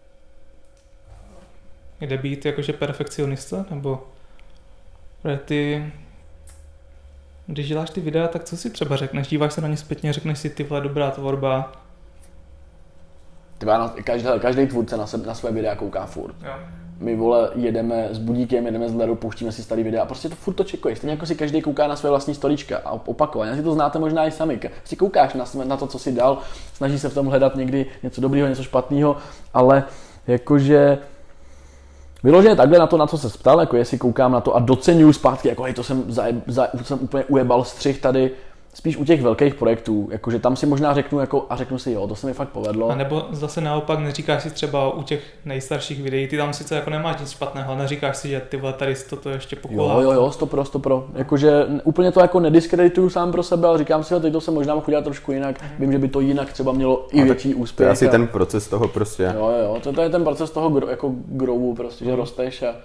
jde být jakože perfekcionista, nebo ty, když děláš ty videa, tak co si třeba řekneš? Díváš se na ně zpětně, řekneš si, ty vole, dobrá tvorba. Každý tvůrce na své videa kouká furt. Jo. My, vole, jedeme s Budíkem, jedeme s Lerou, pouštíme si starý videa a prostě to furt to čekuješ. Stejně jako si každý kouká na své vlastní storíčka a opakovaně. Si to znáte možná i sami. Si koukáš na to, co si dal, snaží se v tom hledat někdy něco dobrýho, něco špatného, ale jakože vyloženě takhle na to, na co se ptal, jako jestli koukám na to a doceňuju zpátky, jako hej, to jsem úplně ujebal střih tady, spíš u těch velkých projektů, jakože tam si možná řeknu jako a řeknu si jo, to se mi fakt povedlo. A nebo zase naopak neříkáš si třeba u těch nejstarších videí, ty tam sice jako nemáš nic špatného, ale neříkáš si, že ty vole tady to ještě pokolá. Jo, 100%. Jakože úplně to jako nediskredituju sám pro sebe, ale říkám si, že teď to se možná mohl udělat trošku jinak, vím, že by to jinak třeba mělo i větší úspěch. To je asi ten proces toho prostě. Jo, to je ten proces toho jako growu prostě, že rosteš a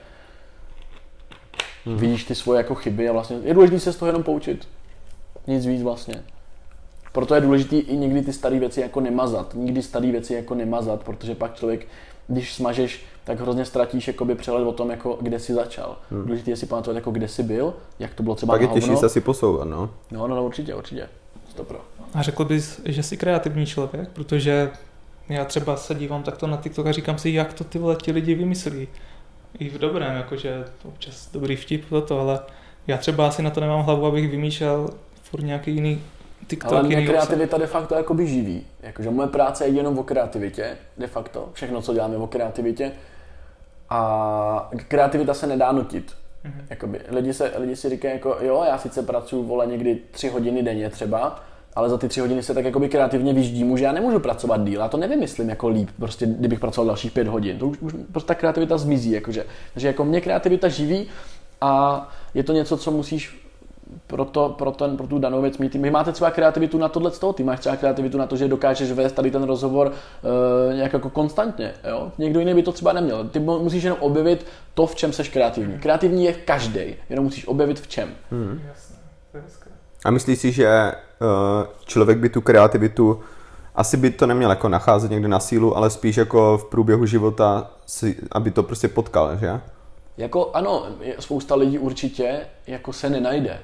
vidíš ty svoje jako chyby a vlastně je důležité se z toho jenom poučit. Nic víc vlastně. Proto je důležité i někdy ty staré věci jako nemazat. Nikdy staré věci jako nemazat, protože pak člověk, když smažeš, tak hrozně ztratíš jakoby přehled o tom, jako kde jsi začal. Důležité je si pamatovat, jako kde jsi byl, jak to bylo třeba pak na hovno. Pak je těžší se si posouvat, no. No, určitě. 100%. A řekl bys, že jsi kreativní člověk, protože já třeba se dívám takto na TikTok a říkám si, jak to ty vole ti lidi vymyslí. I v dobrém, jakože občas dobrý vtip toto, ale já třeba asi na to nemám hlavu, abych vymýšlel furt nějaký jiný TikTok. Ale mě kreativita de facto jakoby živí. Jakože moje práce je jenom o kreativitě, de facto. Všechno, co děláme, o kreativitě. A kreativita se nedá nutit. Jakoby, lidi si říkají, jako, jo, já sice pracuji, vole, někdy 3 hodiny denně třeba, ale za ty 3 hodiny se tak jakoby kreativně vyždím, že já nemůžu pracovat díl, já to nevymyslím jako líp, prostě kdybych pracoval dalších 5 hodin. To už prostě ta kreativita zmizí, jakože. Takže jako mě kreativita živí a je to něco, co musíš pro tu danou věc mít. Vy máte třeba kreativitu na tohle z toho, ty máš třeba kreativitu na to, že dokážeš vést tady ten rozhovor nějak jako konstantně. Jo? Někdo jiný by to třeba neměl. Ty musíš jenom objevit to, v čem seš kreativní. Kreativní je každej, jenom musíš objevit v čem. Jasně, to je hezké. A myslíš si, že člověk by tu kreativitu asi by to neměl jako nacházet někde na sílu, ale spíš jako v průběhu života, aby to prostě potkal, že? Jako ano, spousta lidí určitě jako se nenajde.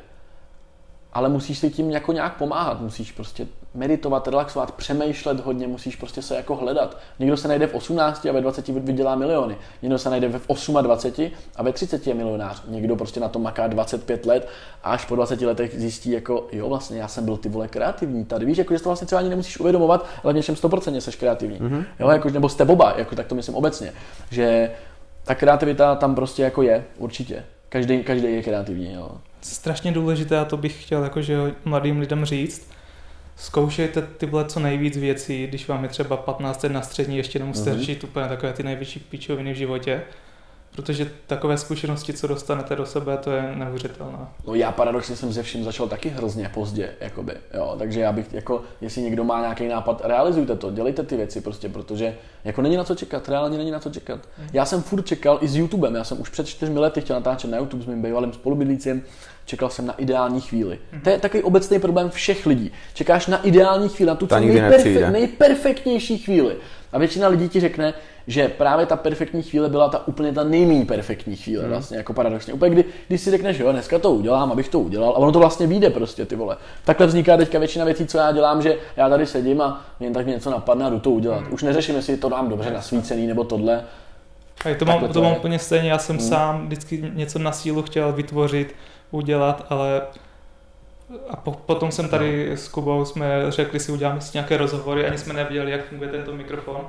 Ale musíš si tím jako nějak pomáhat, musíš prostě meditovat, relaxovat, přemýšlet hodně, musíš prostě se jako hledat. Někdo se najde v 18 a ve 20 vydělá miliony. Někdo se najde v 28 a ve 30 je milionář. Někdo prostě na to maká 25 let a až po 20 letech zjistí jako jo, vlastně já jsem byl ty vole kreativní tady. Víš, jako že to vlastně třeba ani nemusíš uvědomovat, ale v něčem 100% seš kreativní. Jo, jako, nebo jste boba, jako tak to myslím obecně, že ta kreativita tam prostě jako je, určitě. Každý je kreativní, jo. Strašně důležité a to bych chtěl jakože mladým lidem říct. Zkoušejte tyhle co nejvíc věcí, když vám je třeba 15 let na střední, ještě nemusíte řešit úplně takové ty největší pičoviny v životě. Protože takové zkušenosti, co dostanete do sebe, to je neuvěřitelné. No já paradoxně jsem ze vším začal taky hrozně pozdě, jakoby, jo, takže já bych, jako, jestli někdo má nějaký nápad, realizujte to, dělejte ty věci prostě, protože jako není na co čekat, reálně není na co čekat. Já jsem furt čekal i s YouTubem, já jsem už před 4 lety chtěl natáčet na YouTube s mým bývalým spolubydlícím, čekal jsem na ideální chvíli. To je takový obecný problém všech lidí. Čekáš na ideální chvíli, na tu nejperfektnější chvíli. A většina lidí ti řekne, že právě ta perfektní chvíle byla ta úplně ta nejméně perfektní chvíle, vlastně jako paradoxně. Úplně když si řekneš, jo, dneska to udělám, abych to udělal, a ono to vlastně vyjde prostě, ty vole. Takhle vzniká teďka většina věcí, co já dělám, že já tady sedím a jen tak mě něco napadne a jdu to udělat. Už neřeším, jestli to dám dobře nasvícený nebo tohle. A to mám úplně stejně, já jsem sám vždycky něco na sílu chtěl vytvořit, udělat, ale a potom jsem tady s Kubou jsme řekli si uděláme si nějaké rozhovory, ani jsme nevěděli, jak funguje tento mikrofon.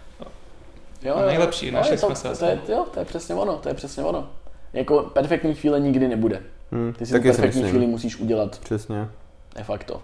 Jo, nejlepší, našli jsme se. To je přesně ono. Jako perfektní chvíle nikdy nebude. Ty si tu perfektní chvíli musíš udělat. Přesně. De facto.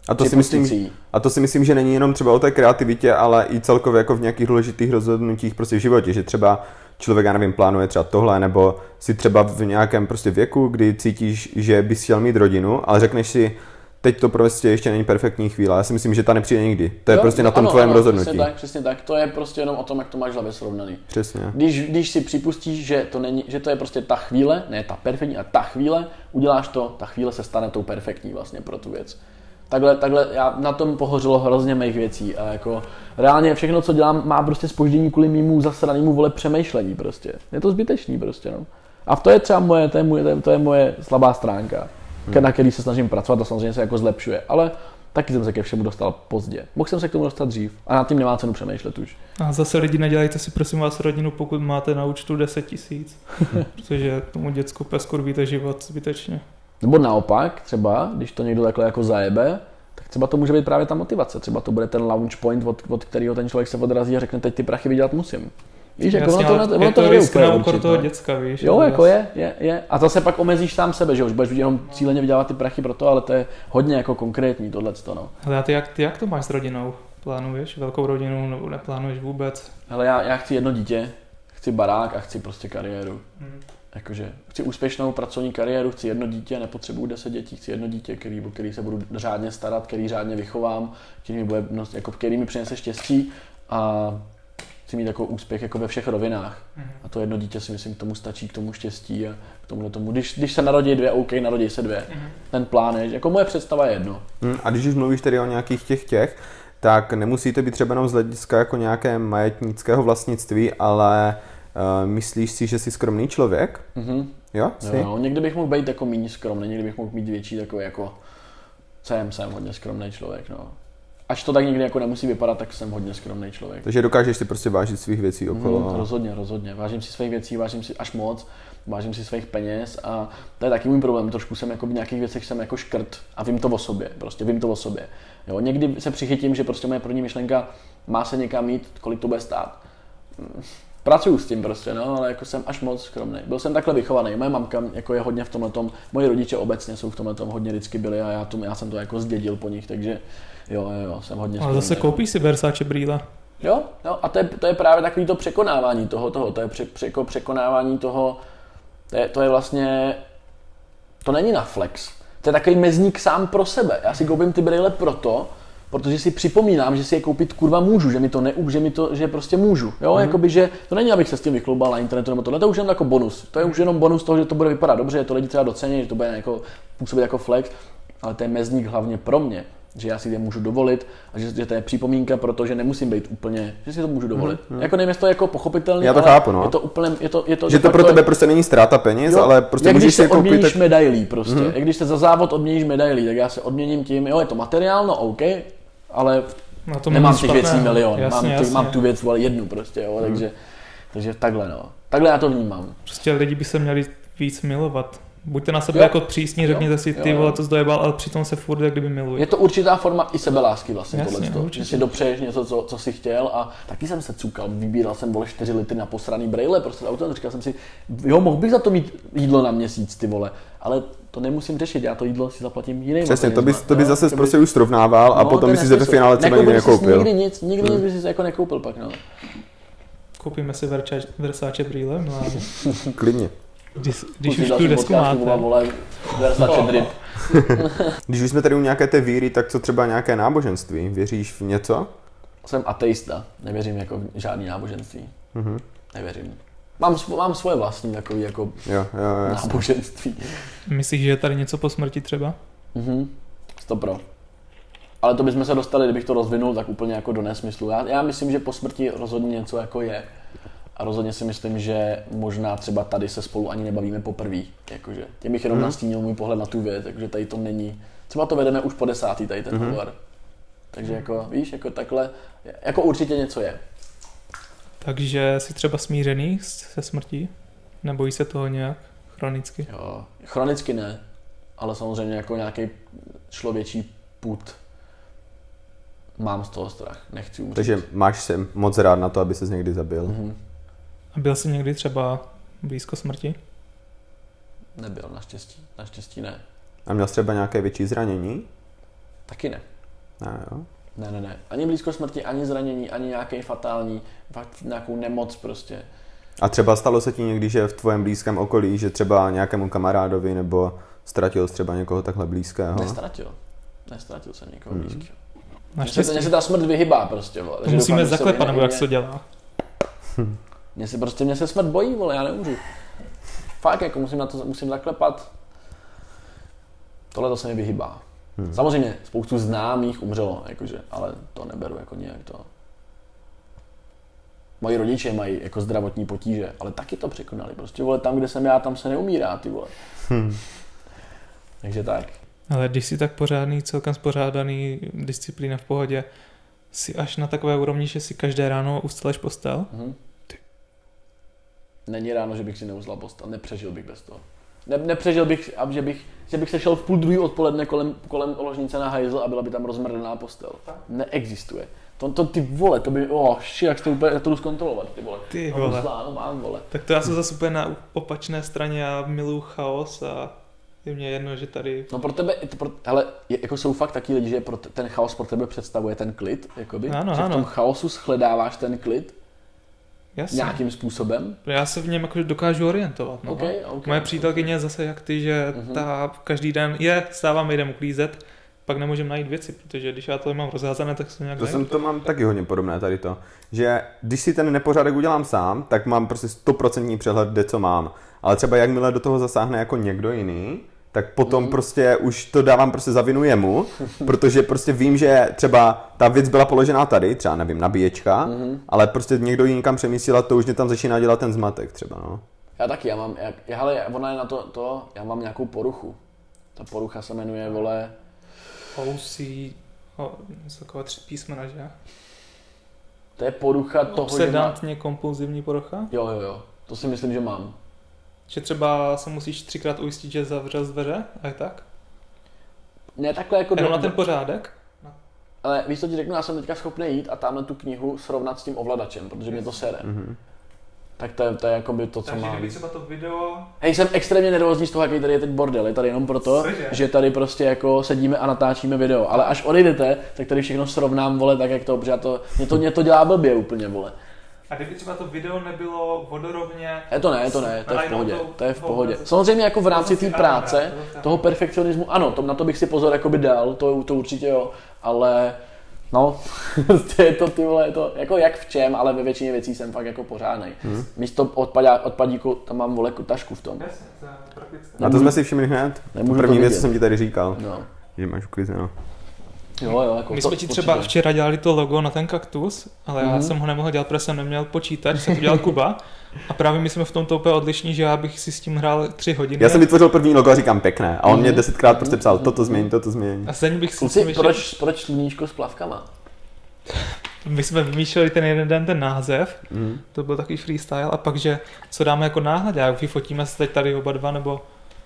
A to si myslím, že není jenom třeba o té kreativitě, ale i celkově jako v nějakých důležitých rozhodnutích prostě v životě, že třeba člověk, já nevím, plánuje třeba tohle, nebo si třeba v nějakém prostě věku, kdy cítíš, že bys chtěl mít rodinu, ale řekneš si, teď to prostě ještě není perfektní chvíle. Já si myslím, že ta nepřijde nikdy. To je prostě na tom tvém rozhodnutí. Přesně tak. To je prostě jenom o tom, jak to máš v hlavě srovnaný. Přesně. Když si připustíš, že to je prostě ta chvíle, ne ta perfektní, a ta chvíle, uděláš to, ta chvíle se stane tou perfektní vlastně pro tu věc. Takhle já na tom pohořilo hrozně mých věcí a jako reálně všechno, co dělám, má prostě zpoždění kvůli mému zasranému vole přemýšlení prostě. Je to zbytečný prostě, no. A to je třeba to je moje slabá stránka, na který se snažím pracovat a samozřejmě se jako zlepšuje, ale taky jsem se ke všemu dostal pozdě. Mohl jsem se k tomu dostat dřív a nad tím nemá cenu přemýšlet už. A zase lidi, nedělejte si prosím vás rodinu, pokud máte na účtu 10 000, protože tomu děcku peskurvíte život zbytečně. Nebo naopak, třeba, když to někdo takhle jako zajebe, tak třeba to může být právě ta motivace. Třeba to bude ten launch point, od kterého ten člověk se odrazí a řekne, teď ty prachy vydělat musím. Víš, jako ono to risk na úkor toho děcka, víš. Jo, jako je. A zase pak omezíš sám sebe, že už budeš jenom cíleně vydělávat ty prachy pro to, ale to je hodně jako konkrétní tohleto, no. Ale a ty jak to máš s rodinou? Plánuješ velkou rodinu nebo neplánuješ vůbec? Hele, já chci jedno dítě, chci barák a chci prostě kariéru. Jakože chci úspěšnou pracovní kariéru, chci jedno dítě, nepotřebuji 10 dětí, chci jedno dítě, který se budu řádně starat, který řádně vychovám, který mi přinese štěstí a chci mít jako úspěch jako ve všech rovinách. A to jedno dítě si myslím k tomu stačí, k tomu štěstí a k tomu. Když se narodí 2, OK, narodí se 2. Ten plán je, jako moje představa je jedno. A když už mluvíš tedy o nějakých těch, tak nemusíte být třeba jenom z hlediska jako nějaké majetnického vlastnictví, ale myslíš si, že jsi skromný člověk? Jo? Jo, někdy bych mohl být jako méně skromný, někdy bych mohl mít větší takový jako jsem hodně skromný člověk, no. Až to tak někdy jako nemusí vypadat, tak jsem hodně skromný člověk. Takže dokážeš si prostě vážit svých věcí okolo. Rozhodně. Vážím si svých věcí, vážím si až moc, vážím si svých peněz a to je taky můj problém. Trošku jsem jako v nějakých věcech jsem jako škrt a vím to o sobě. Jo, někdy se přichytím, že prostě moje první myšlenka má se někam jít, kolik to bude stát. Pracuju s tím prostě, no, ale jako jsem až moc skromný. Byl jsem takhle vychovaný. Moje mamka jako je hodně v tomhletom, moji rodiče obecně jsou v tomhletom hodně vždycky byli a já jsem to jako zdědil po nich, takže jo, jsem hodně skromný. Ale zase koupíš si Versace brýle. Jo, a to je právě takový to překonávání toho, to je překonávání toho, to je vlastně, to není na flex. To je takový mezník sám pro sebe. Já si koupím ty brýle protože si připomínám, že si je koupit kurva můžu, že prostě můžu. Jo, jakoby, že to není, abych se s tím vychloubal na internetu nebo tohle, to už je jenom jako bonus. To je už jenom bonus toho, že to bude vypadat dobře, že to lidi třeba docení, že to bude jako působit jako flex, ale to je mezník hlavně pro mě, že já si je můžu dovolit a že to je připomínka, protože nemusím být úplně, že si to můžu dovolit. Jako nevím, jestli to je jako pochopitelný, já to chápu, no. Je to úplně, je to že to pro tebe prostě není ztráta peněz, jo, ale prostě můžeš si koupit. Odměníš medailí prostě. Jak když se za závod odměníš medailí, tak já se odměním tím, jo, je to materiál, no OK, ale nemám těch věcí milion, mám tu věc jednu prostě, jo, takže takhle, no. Takhle já to vnímám. Prostě lidi by se měli víc milovat. Buďte na sebe jako přísní, řekněte si, ty vole, to zdojebal, ale přitom se furt jak kdyby miluje. Je to určitá forma i sebelásky vlastně tohleto, že si dopřeješ něco, co si chtěl a taky jsem se cukal, vybíral jsem 4 litry na posraný brejle, prostě auto, říkal jsem si, jo, mohl bych za to mít jídlo na měsíc, ty vole, ale to nemusím řešit, já to jídlo si zaplatím jiným. Přesně, to by zase prostě už srovnával a potom by si ve finále třeba nikdy nekoupil. Nikdy nic by si jako nekoupil pak, no. Koupíme si Versace brýle, no. Klidně. Když už tu desku máte. Když už jsme tady u nějaké té víry, tak co třeba nějaké náboženství? Věříš v něco? Jsem ateista, nevěřím jako v žádný náboženství. Nevěřím. Mám svoje vlastní takový jako náboženství. Myslíš, že je tady něco po smrti třeba? 100%. Ale to bychom se dostali, kdybych to rozvinul, tak úplně jako do nesmyslu. Já myslím, že po smrti rozhodně něco jako je. A rozhodně si myslím, že možná třeba tady se spolu ani nebavíme poprvé. Jakože tím bych jenom nastínil můj pohled na tu věc, takže tady to není. Třeba to vedeme už po 10. tady ten hovor. Takže jako, víš, jako takhle, jako určitě něco je. Takže jsi třeba smířený se smrtí? Nebojí se toho nějak chronicky? Jo, chronicky ne. ale samozřejmě jako nějaký člověčí pud mám z toho strach, nechci umřít. Takže máš se moc rád na to, aby ses někdy zabil. Mhm. A byl jsi někdy třeba blízko smrti? Nebyl, naštěstí ne. A měl jsi třeba nějaké větší zranění? Taky ne. Ne, jo. Ne. Ani blízko smrti, ani zranění, ani nějaký fatální, fakt nějakou nemoc prostě. A třeba stalo se ti někdy, že v tvém blízkém okolí, že třeba nějakému kamarádovi nebo ztratil jsi třeba někoho takhle blízkého? Nestratil jsem někoho blízkého. Naštěstí. Mně se ta smrt vyhybá prostě, vole. To musíme zaklepat, nebo jak se to dělá. Mě se smrt bojí, vole, já neumřu. Fakt, jako musím zaklepat. Tohle to se mi vyhybá. Samozřejmě spoustu známých umřelo, jakože, ale to neberu jako nějak to. Moji rodiče mají jako zdravotní potíže, ale taky to překonali. Prostě, vole, tam, kde jsem já, tam se neumírá, ty vole. Takže tak. Ale když jsi tak pořádný, celkem spořádaný, disciplína v pohodě, jsi až na takové úrovni, že si každé ráno ustaleš postel? Není ráno, že bych si neuzlal postel, nepřežil bych bez toho. Nepřežil bych, že bych se šel v 12:30 odpoledne kolem ložnice na hajzl a byla by tam rozmrdaná postel. Neexistuje. To ty vole, to by, jak to úplně, já to jdu zkontrolovat, ty vole. Ty vole. Mám, vole. Tak to já jsem zase úplně na opačné straně, já miluju chaos a je mně jedno, že tady... No pro tebe, hele, jako jsou fakt taky lidi, že ten chaos pro tebe představuje ten klid, jakoby. Ano, že v tom chaosu shledáváš ten klid. Jasně. Nějakým způsobem. Já se v něm jako dokážu orientovat. No. Okay, Moje přítelkyně je zase jak ty, že ta každý den vstávám, jdem uklízet, pak nemůžem najít věci, protože když já to mám rozházané, tak se nějak najít. To mám taky hodně podobné tady to, že když si ten nepořádek udělám sám, tak mám prostě 100% přehled, kde co mám. Ale třeba jakmile do toho zasáhne jako někdo jiný, tak potom prostě už to dávám prostě za vinu jemu, protože prostě vím, že třeba ta věc byla položená tady, třeba nevím, nabíječka, ale prostě někdo ji někam přemístil a to už mě tam začíná dělat ten zmatek třeba, no. Já taky, hele, ona je na já mám nějakou poruchu. Ta porucha se jmenuje, vole... OC, takové 3 písmena, že? To je porucha toho, že obsedantně kompulzivní porucha? Jo, to si myslím, že mám. Že třeba se musíš 3krát ujistit, že zavřel dveře, a je tak? Ne, takhle jako... Jenom na ten pořádek? Ale víš, co ti řeknu, já jsem teďka schopný jít a tamhle tu knihu srovnat s tím ovladačem, protože mě to sere. Tak to je jakoby to, co mám. Takže kdyby třeba to video... Hej, jsem extrémně nervózní z toho, jaký tady je teď bordel. Je tady jenom proto, že tady prostě jako sedíme a natáčíme video. Ale až odejdete, tak tady všechno srovnám, vole, tak jak to, protože mě to dělá blbě úplně, vole. A kdyby třeba to video nebylo vodorovně... To je v pohodě. Samozřejmě jako v rámci té práce, toho perfekcionismu, ano, na to bych si pozor jakoby dal, to určitě jo, ale no, je to ty vole, je to jako jak v čem, ale ve většině věcí jsem fakt jako pořádnej. Místo odpadíku, tam mám, vole, tašku v tom. A to jsme si všimli hned. První věc, co jsem ti tady říkal, že máš uklizeno. Jo, jako my jsme ti třeba včera dělali to logo na ten kaktus, ale já jsem ho nemohl dělat, protože jsem neměl počítač, jsem to dělal Kuba. A právě my jsme v tomto úplně odlišní, že já bych si s tím hrál 3 hodiny. Já jsem vytvořil první logo a říkám pěkné. A on mě 10krát prostě psal, toto změň. A stejně bych si proč sluníčko s plavkama? My jsme vymýšleli ten jeden den ten název, to byl takový freestyle, a pak, že co dáme jako náhled, jak vyfotíme se teď tady oba dva, nebo...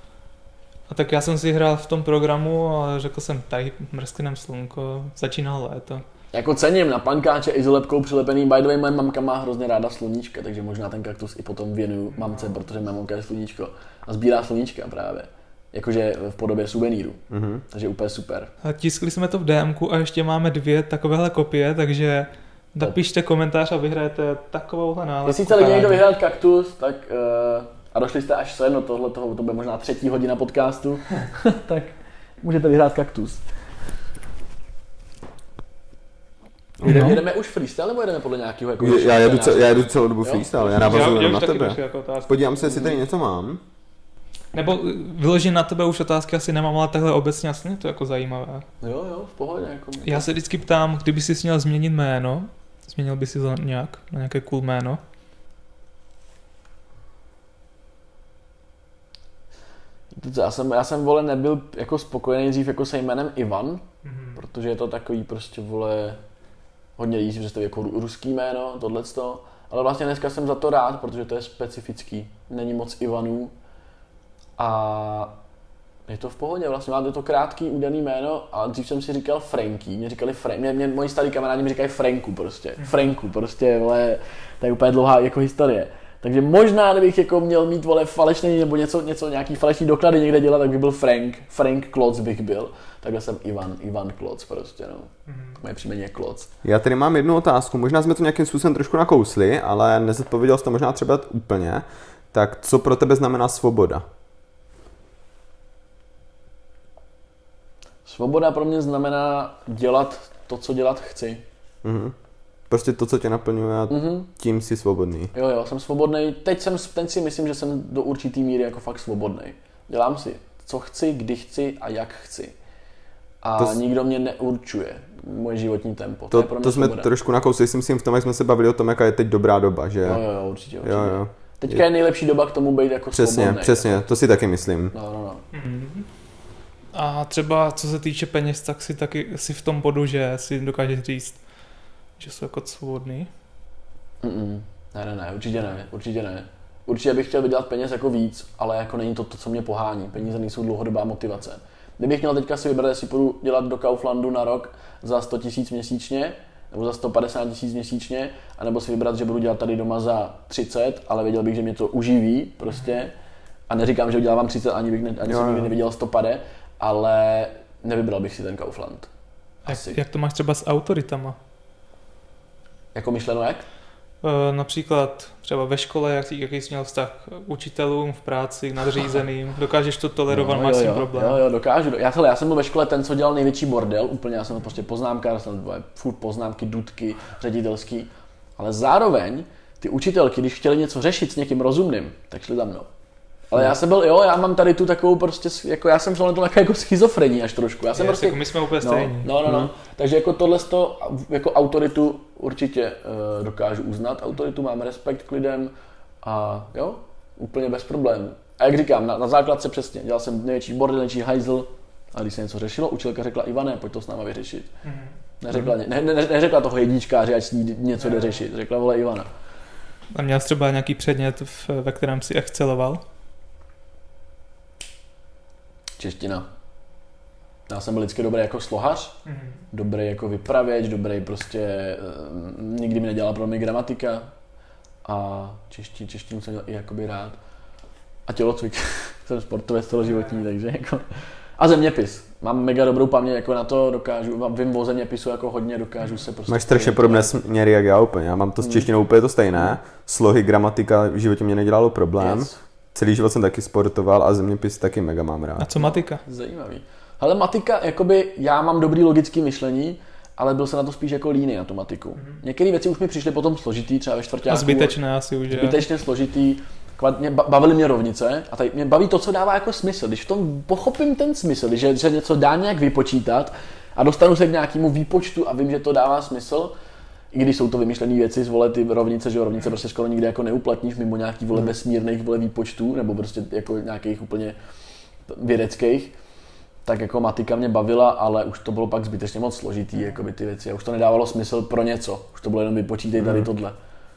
A tak já jsem si hrál v tom programu a řekl jsem, tady mrzknem slunko, začínalo léto. Jako cením na pankáče izolepkou přilepený, by the way, moje mamka má hrozně ráda sluníčka, takže možná ten kaktus i potom věnuju mamce, protože moje mamka je sluníčko a sbírá sluníčka právě. Jakože v podobě suvenýru, takže úplně super. A tiskli jsme to v DMku a ještě máme 2 takovéhle kopie, takže napište komentář a vyhrajete takovouhle nálepku. Jestli chce někdo vyhrát kaktus, tak a došli jste až sem do tohoto, to bude možná 3. hodina podcastu, tak můžete vyhrát kaktus. Jedeme už freestyle, nebo jedeme podle nějakého jako... Já jedu celou dobu freestyle, já navazuju jenom na tebe. Podívám se, jestli tady něco mám. Nebo vyložím na tebe už otázky asi nemám, ale takhle obecně asi je to jako zajímavé. Jo, v pohodě. Jako... Já se vždycky ptám, kdyby jsi měl změnit jméno, změnil by si to nějak, na nějaké cool jméno? Já jsem vole nebyl jako spokojený dřív jako se jménem Ivan, protože je to takový prostě vole hodně lidí si představí jako ruský jméno, tohleto, ale vlastně dneska jsem za to rád, protože to je specifický, není moc Ivanů a Je to v pohodě, vlastně máte to krátký údaný jméno, ale dřív jsem si říkal Franky, mě říkali moji starý kamarádi mi říkají Franku prostě, vole, to je úplně dlouhá jako historie. Takže možná, kdybych jako měl mít, vole, falešný nebo něco nějaký falešný doklady někde dělat, tak bych byl Frank Klotz bych byl. Takhle jsem Ivan Klotz prostě, no. Moje příjmení je Klotz. Já tady mám jednu otázku, možná jsme to nějakým způsobem trošku nakousli, ale nezodpověděl jsi to možná třeba úplně. Tak co pro tebe znamená svoboda? Svoboda pro mě znamená dělat to, co dělat chci. Prostě to, co tě naplňuje a tím jsi svobodný. Jo, jsem svobodný. Teď si myslím, že jsem do určitý míry jako fakt svobodný. Dělám si, co chci, kdy chci a jak chci. A nikdo mě neurčuje moje životní tempo. To je pro mě jsme svoboda. Trošku nakousli, si myslím, v tom, jak jsme se bavili o tom, jaká je teď dobrá doba, že? Jo, určitě. Jo. Teďka je nejlepší doba k tomu být jako svobodný. Přesně, to si taky myslím. No. A třeba co se týče peněz, tak si taky si v tom bodu, že si dokážeš říct, že jsou jako svobodný? Ne, určitě ne. Určitě bych chtěl vydělat peněz jako víc, ale jako není to, co mě pohání. Peníze nejsou dlouhodobá motivace. Kdybych měl teďka si vybrat, jestli půjdu dělat do Kauflandu na rok za 100 000 měsíčně, nebo za 150 000 měsíčně, anebo si vybrat, že budu dělat tady doma za 30, ale věděl bych, že mě to uživí prostě. A neříkám, že vydělávám 30, ani jsem nikdy neviděl 150, ale nevybral bych si ten Kaufland. Jak to máš třeba s autoritama? Jako myšleno jak? Například třeba ve škole, jaký jsi měl vztah k učitelům, v práci, k nadřízeným, dokážeš to tolerovat, máš s tím problém? Jo, dokážu. Já jsem byl ve škole ten, co dělal největší bordel, úplně, já jsem prostě poznámkář, jsem furt poznámky, dudky, ředitelský, ale zároveň ty učitelky, když chtěli něco řešit s někým rozumným, tak šli za mnou. Ale já mám tady tu takovou prostě, jako já jsem šel na to jako schizofrení až trošku. Já jsem prostě, jako my jsme úplně stejní. No. Takže jako tohleto, jako autoritu určitě dokážu uznat, autoritu, mám respekt k lidem a jo, úplně bez problémů. A jak říkám, na základce přesně, dělal jsem největší bordel, největší hajzl a když se něco řešilo, učitelka řekla Ivane, pojď to s náma vyřešit. Neřekla toho jedničkáři, ať s ní něco jde řešit, řekla vole Ivana. A měl jsi třeba nějaký předmět, ve kterém si exceloval? Čeština. Já jsem byl vždycky dobrý jako slohař, dobrý jako vypravěč, dobrý prostě, nikdy mi nedělala pro mě gramatika a češtinu jsem měl i jakoby rád. A tělocvik, jsem sportovec celoživotní, takže jako. A zeměpis. Mám mega dobrou paměť jako na to, vím o zeměpisu jako hodně, dokážu se prostě... Máš strašně podobné směry jak já úplně, já mám to s češtinou úplně to stejné, slohy, gramatika v životě mě nedělalo problém. Yes. Celý život jsem taky sportoval a zeměpis taky mega mám rád. A co matika? Zajímavý. Ale matika, jakoby, já mám dobrý logický myšlení, ale byl jsem na to spíš jako líný na tu matiku. Některé věci už mi přišly potom složitý, třeba ve čtvrťáku. A zbytečné asi už, zbytečně složitý. Bavily mě rovnice a tady mě baví to, co dává jako smysl. Když v tom pochopím ten smysl, že něco dá nějak vypočítat a dostanu se k nějakému výpočtu a vím, že to dává smysl, i když jsou to vymyšlené věci, vole ty rovnice, že rovnice prostě skoro nikdy jako neuplatníš mimo nějaký vole vesmírných vole výpočtů nebo prostě jako nějakých úplně vědeckých, tak jako matika mě bavila, ale už to bylo pak zbytečně moc složitý, jako by ty věci, a už to nedávalo smysl pro něco, už to bylo jenom vypočítej tady tohle.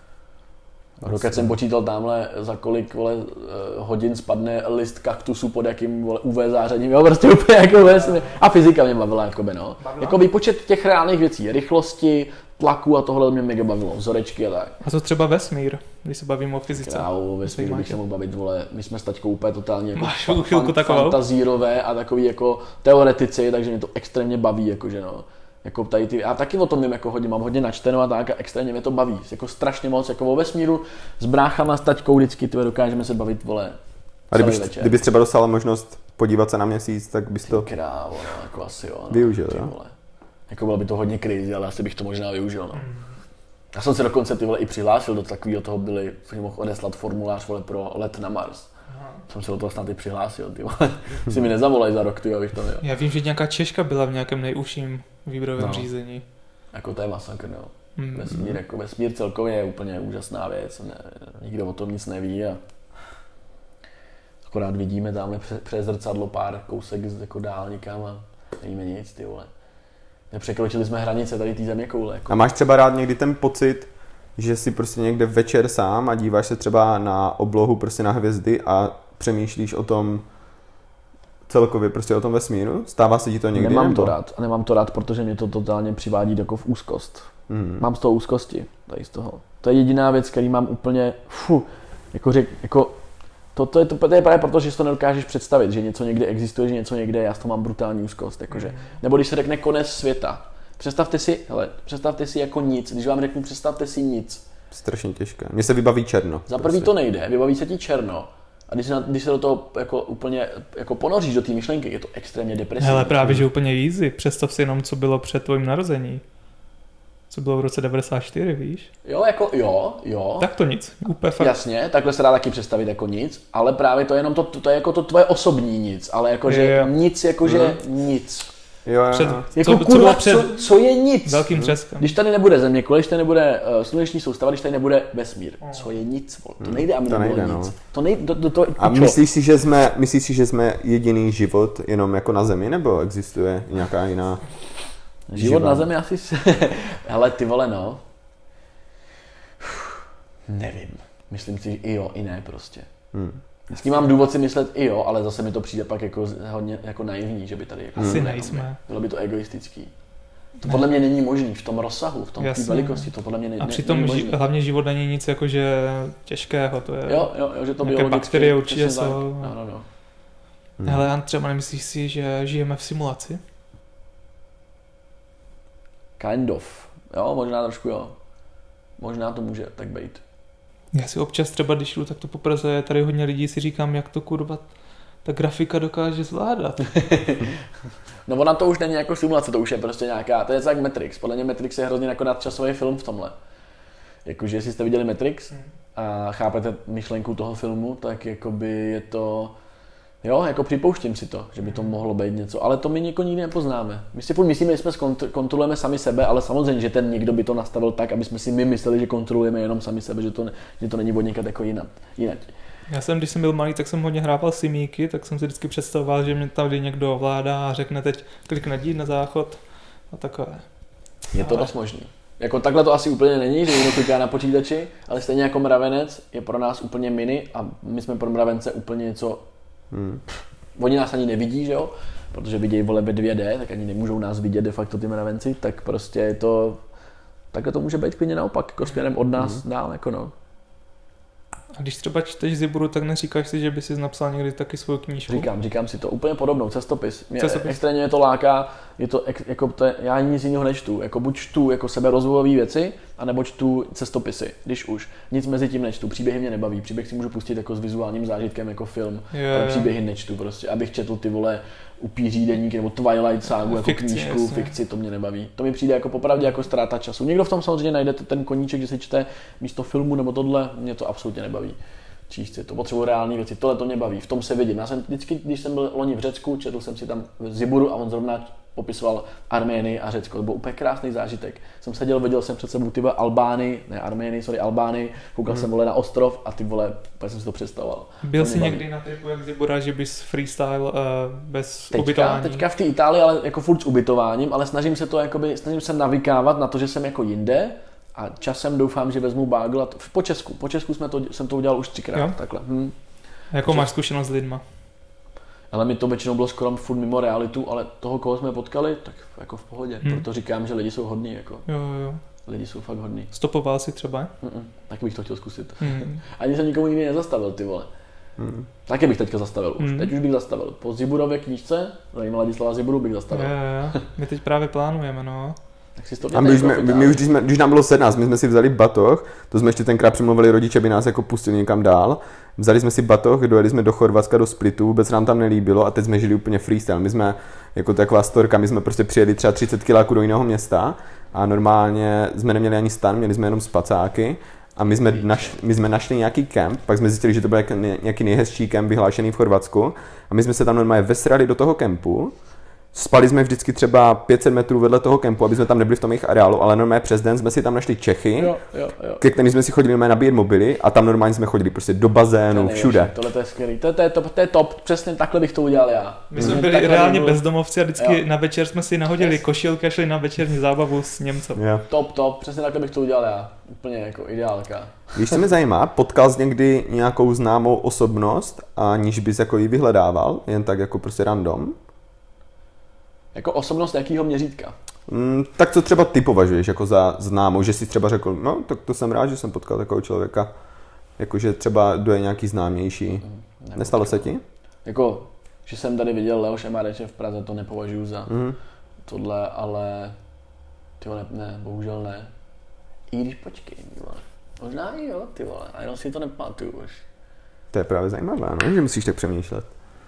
Dokud jsem počítal tamhle, za kolik vole, hodin spadne list kaktusu pod jakým vole, UV zářením, jo, prostě úplně jako vesmír. A fyzika mě bavila, jakoby, no. Jako výpočet těch reálných věcí, rychlosti, tlaku a tohle mě mega bavilo, vzorečky a tak. A co třeba vesmír, když se bavíme o fyzice? O vesmíru bych se mohl bavit, vole, my jsme s taťkou úplně totálně jako fantazírové a takový jako teoretici, takže mě to extrémně baví, jakože no. Jako tady ty, a taky o tom vím, jako hodně, mám hodně načteno a tak a extrémně mě to baví, jako strašně moc, jako o vesmíru, s bráchama, s taťkou vždycky dokážeme se bavit, vole, a kdybys třeba dostala možnost podívat se na měsíc, tak bys to krávo, no, jako asi jo, no, využil, jo? Jako bylo by to hodně crazy, ale asi bych to možná využil, no. Já jsem se dokonce ty vole i přihlásil do takového toho, jsem mohl odeslat formulář, vole, pro let na Mars. Jsem se do toho snad i přihlásil, ty vole. Si mi nezavolaj za rok, ty, abych to měl. Já vím, že nějaká Češka byla v nějakém nejužším výběrovém řízení. Jako to je masakr, no. Vesmír celkově je úplně úžasná věc, nikdo o tom nic neví a akorát vidíme tamhle přes zrcadlo pár kousek jako dál nikam a nevíme nic, ty vole. Nepřekročili jsme hranice tady té zeměkoule. Jako. A máš třeba rád někdy ten pocit, že si prostě někde večer sám a díváš se třeba na oblohu, prostě na hvězdy a přemýšlíš o tom, celkově prostě o tom vesmíru? Stává se ti to někdy? Nemám to rád. A nemám to rád, protože mě to totálně přivádí jako v úzkost. Mám z toho úzkosti. Tady z toho. To je jediná věc, který mám úplně, to je právě proto, že si to nedokážeš představit, že něco někde existuje, že něco někde, já z toho mám brutální úzkost. Jakože. Nebo když se řekne konec světa. Představte si jako nic. Když vám řeknu, představte si nic. Strašně těžké. Mně se vybaví černo. Za prvý to nejde, vybaví se ti černo. A když se do toho jako úplně jako ponoříš do té myšlenky, je to extrémně depresivní. Hele, právě že úplně easy. Představ si jenom, co bylo před tvojím narození. Co bylo v roce 94, víš? Jo. Tak to nic, úplně fakt. Jasně, takhle se dá taky představit jako nic, ale právě to je jenom to je jako to tvoje osobní nic, ale jakože nic, jakože nic. Jo. Jako kurva, co je nic? Velkým třeskem. Když tady nebude zeměkoule, když tady nebude sluneční soustava, když tady nebude vesmír, co je nic? To nejde, aby nebylo nic. To nejde, a myslíš si, že jsme jediný život jenom jako na Zemi, nebo existuje nějaká jiná? Život na Zemi asi hele, ty vole, no. Nevím. Myslím si, že i jo, i ne prostě. Vždycky mám důvod si myslet i jo, ale zase mi to přijde pak jako hodně jako naivní, že by tady jako asi nejsme. Bylo by to egoistický. To podle mě není možný v tom rozsahu, v tom té velikosti, to podle mě není. A přitom hlavně život není nic jakože těžkého, to je. Jo, že to nějaké bakterie určitě jsou. No. Hele, a třeba nemyslíš si, že žijeme v simulaci? Kind of. Jo, možná trošku jo. Možná to může tak být. Já si občas třeba, když jdu, tak to poprvé je tady hodně lidí, si říkám, jak to kurva ta grafika dokáže zvládat. No ona to už není jako simulace, to už je prostě nějaká, to je jak Matrix. Podle mě Matrix je hrozně jako nadčasový film v tomhle. Jakože jestli jste viděli Matrix a chápete myšlenku toho filmu, tak jakoby je to, jo, jako připouštím si to, že by to mohlo být něco, ale to my nikdy nepoznáme. My si furt myslíme, že jsme kontrolujeme sami sebe, ale samozřejmě, že ten někdo by to nastavil tak, aby jsme si my mysleli, že kontrolujeme jenom sami sebe, že to není od někud jako jinak. Já jsem, když jsem byl malý, tak jsem hodně hrával simíky, tak jsem si vždycky představoval, že mě tady někdo ovládá a řekne teď klikne jít na záchod a takové. Je to dost možný. Jako takhle to asi úplně není, že někdo kliká na počítači, ale stejně jako mravenec je pro nás úplně mini a my jsme pro mravence úplně něco. Oni nás ani nevidí, že jo? Protože vidějí vole ve 2D, tak ani nemůžou nás vidět de facto ty mravenci, tak prostě je to, takhle to může být klidně naopak, jako směrem od nás dál, jako no. A když třeba čteš Ziburu, tak neříkáš si, že by si napsal někdy taky svou knížku? Říkám si to, úplně podobnou, cestopis. Extrémně mě to láká, je to, jako to je, já nic jiného nečtu, jako buď čtu jako seberozvojové věci, anebo čtu cestopisy, když už. Nic mezi tím nečtu, příběhy mě nebaví, příběh si můžu pustit jako s vizuálním zážitkem jako film, ale příběhy nečtu prostě, abych četl ty vole upíří deník nebo Twilight ságu jako knížku, fikci, to mě nebaví. To mi přijde jako popravdě jako ztráta času. Někdo v tom samozřejmě najde ten koníček, že si čte místo filmu nebo tohle, mě to absolutně nebaví. Číst si to, potřebuji reální věci, tohle to mě baví, v tom se vidím. Já jsem vždycky, když jsem byl loni v Řecku, četl jsem si tam Ziburu a on zrovna popisoval Arménii a Řecko. To byl úplně krásný zážitek. Jsem seděl, viděl jsem před sebou ty vole Albánii, koukal jsem vole na ostrov a ty vole, úplně jsem si to představoval. Byl jsi někdy na tripu jak Zibura, že bys freestyle bez ubytování? Teďka v té Itálii, ale jako furt s ubytováním, ale snažím se navykávat na to, že jsem jako jinde a časem doufám, že vezmu bagel po Česku jsem to udělal už 3krát takhle. Jako máš zkušenost s lidma? Ale mi to většinou bylo skoro furt mimo realitu, ale toho, koho jsme potkali, tak jako v pohodě. Proto říkám, že lidi jsou hodní. Jako. Jo. Lidi jsou fakt hodní. Stopoval si třeba? Tak bych to chtěl zkusit. Ani jsem nikomu nikdy nezastavil, ty vole. Taky bych teďka zastavil už. Teď už bych zastavil. Po Ziburově knížce, zajímavá Ladislava Ziburu, bych zastavil. Jo. My teď právě plánujeme, no. Tak si to my už, když nám bylo 17, my jsme si vzali batoh, to jsme ještě tenkrát přemluvili rodiče, aby nás jako pustili někam dál. Vzali jsme si batoh, dojeli jsme do Chorvatska, do Splitu, vůbec nám tam nelíbilo a teď jsme žili úplně freestyle. My jsme jako taková storka, my jsme prostě přijeli třeba 30 kiláků do jiného města a normálně jsme neměli ani stan, měli jsme jenom spacáky a my jsme našli nějaký kemp, pak jsme zjistili, že to byl nějaký nejhezčí kemp vyhlášený v Chorvatsku a my jsme se tam normálně vesrali do toho kempu. spali jsme vždycky třeba 500 metrů vedle toho kempu, aby jsme tam nebyli v tom jejich areálu, ale normálně přes den jsme si tam našli Čechy, ke kterým jsme si chodili normálně nabíjet mobily a tam normálně jsme chodili prostě do bazénu, všude. Tohle to je skvělý, to je top, přesně takhle bych to udělal já. My jsme byli reálně bezdomovci a vždycky na večer jsme si nahodili košilky a šli na večerní zábavu s Němcem. Top, přesně takhle bych to udělal já. Úplně jako ideálka. Víš, co mě zajímá? Potkal jsi někdy nějakou známou osobnost, aniž bys jako ji vyhledával, jen tak jako prostě random? Jako osobnost jakýho měřítka? Tak co třeba ty považuješ jako za známou, že jsi třeba řekl, no tak to jsem rád, že jsem potkal takového člověka, jakože třeba kdo je nějaký známější. Nestalo se ti? Jako, že jsem tady viděl Leoše Mareče v Praze, to nepovažuji za tohle, ale ne, bohužel ne. I když počkej, vole. Možná i jo, ty vole, a jenom si to nepamatuju už. To je právě zajímavé, no, že musíš tak přemýšlet.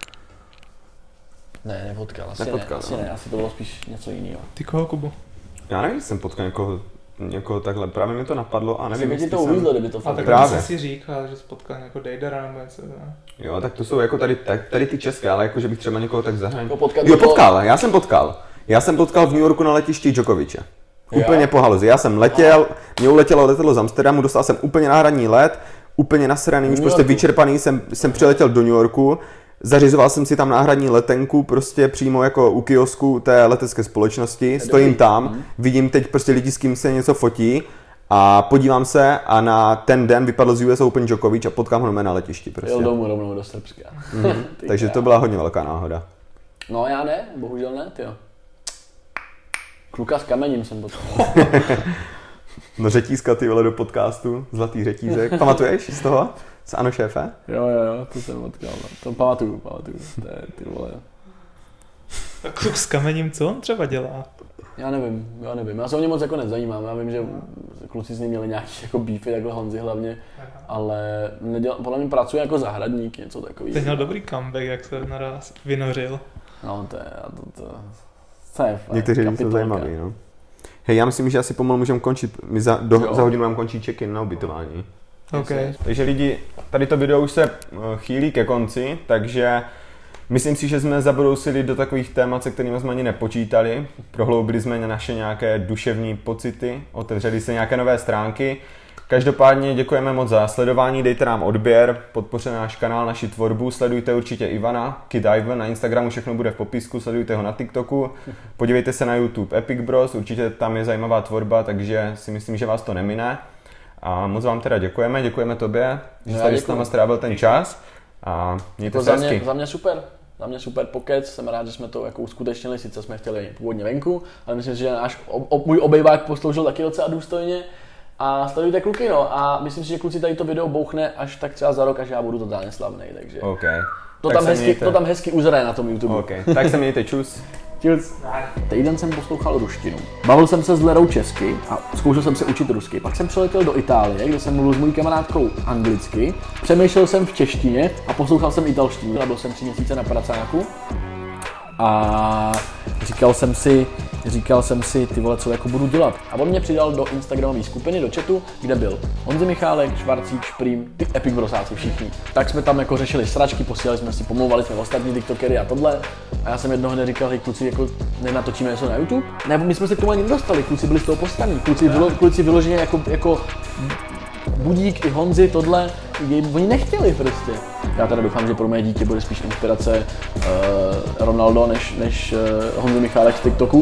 Ne, nepotkal, asi ne, asi to bylo spíš něco jiného. Ty koho, Kubo? Já nevím, jsem potkal někoho takhle, právě mi to napadlo a nevím, jestli to uvízlo, kdyby to fakt. A tak jsi si říkal, že jsi potkal nějakou Dejdara nebo něco, ne? Jo, tak to jsou jako tady ty české, ale jako, že bych třeba někoho tak zahraničil. Jako potkal, já jsem potkal v New Yorku na letišti Djokoviče. Úplně po haluzi. Já jsem letěl, mě uletělo letadlo z Amsterdamu, dostal jsem úplně náhradní let, úplně nasraný, už prostě vyčerpaný, jsem přiletěl do New Yorku, zařizoval jsem si tam náhradní letenku, prostě přímo jako u kiosku té letecké společnosti, stojím tam, vidím teď prostě lidi, s kým se něco fotí a podívám se a na ten den vypadl z US Open Djokovic a potkám ho na letišti prostě. Jel domů rovnou do Srbska. Takže to byla hodně velká náhoda. No já ne, bohužel ne, tyjo. Kluka s kamením jsem potkal. No řetízka ty vole do podcastu, zlatý řetízek. Pamatuješ z toho? Z Ano šéfe? Jo, to jsem potkal. No. To pamatuju. To je, ty vole. A kluk s kamením, co on třeba dělá? Já nevím. Já se o ně moc jako nezajímám. Já vím, že kluci s ním měli nějaký jako beefy, takhle Honzi hlavně. Ale podle mě pracuje jako zahradník, něco takového. Teď měl dobrý comeback, jak se naraz vynořil. No to je fakt. Někteří lidi jsou zajímaví, no. Hej, já myslím, že asi pomalu můžeme končit. My za hodinu mám končit check-in na ubytování. Okay. Takže lidi, tady to video už se chýlí ke konci, takže myslím si, že jsme zabrousili do takových témat, se kterými jsme ani nepočítali. Prohloubili jsme naše nějaké duševní pocity, otevřeli se nějaké nové stránky. Každopádně děkujeme moc za sledování, dejte nám odběr, podpořte náš kanál, naši tvorbu, sledujte určitě Ivana, Kid Ivan, na Instagramu všechno bude v popisku, sledujte ho na TikToku, podívejte se na YouTube Epic Bros, určitě tam je zajímavá tvorba, takže si myslím, že vás to nemine. A moc vám teda děkujeme tobě, že tady s náma strávil ten čas a mějte se hezky. Za mě super pokec, jsem rád, že jsme to jako uskutečnili, sice jsme chtěli původně venku, ale myslím si, že náš můj obejvák posloužil taky docela důstojně. A sledujte kluky, no, a myslím si, že kluci tady to video bouchne až tak třeba za rok, až já budu totálně slavnej, takže okay. to tam hezky uzraje na tom YouTube. Okay. Tak se mějte, čus. Čus. Týden jsem poslouchal ruštinu. Bavil jsem se s Lerou česky a zkoušel jsem se učit rusky. Pak jsem přiletěl do Itálie, kde jsem mluvil s mojí kamarádkou anglicky, přemýšlel jsem v češtině a poslouchal jsem italštinu. Byl jsem 3 měsíce na pracáku a říkal jsem si, ty vole, co jako budu dělat. A on mě přidal do Instagramové skupiny, do chatu, kde byl Honzi Michálek, Švarcík, Šprým, ty Epic Brosáci všichni. Tak jsme tam jako řešili sračky, posílali jsme si, pomlouvali jsme ostatní tiktokery a tohle. A já jsem jednoho dne říkal, hej kluci, jako nenatočíme něco na YouTube? Ne, my jsme se k tomu ani nedostali, kluci byli z toho postaví. Kluci vyloženě jako Budík i Honzi, tohle, oni nechtěli prostě. Já teda doufám, že pro mé dítě bude spíš inspirace Ronaldo než Honzi Michálek z TikToku.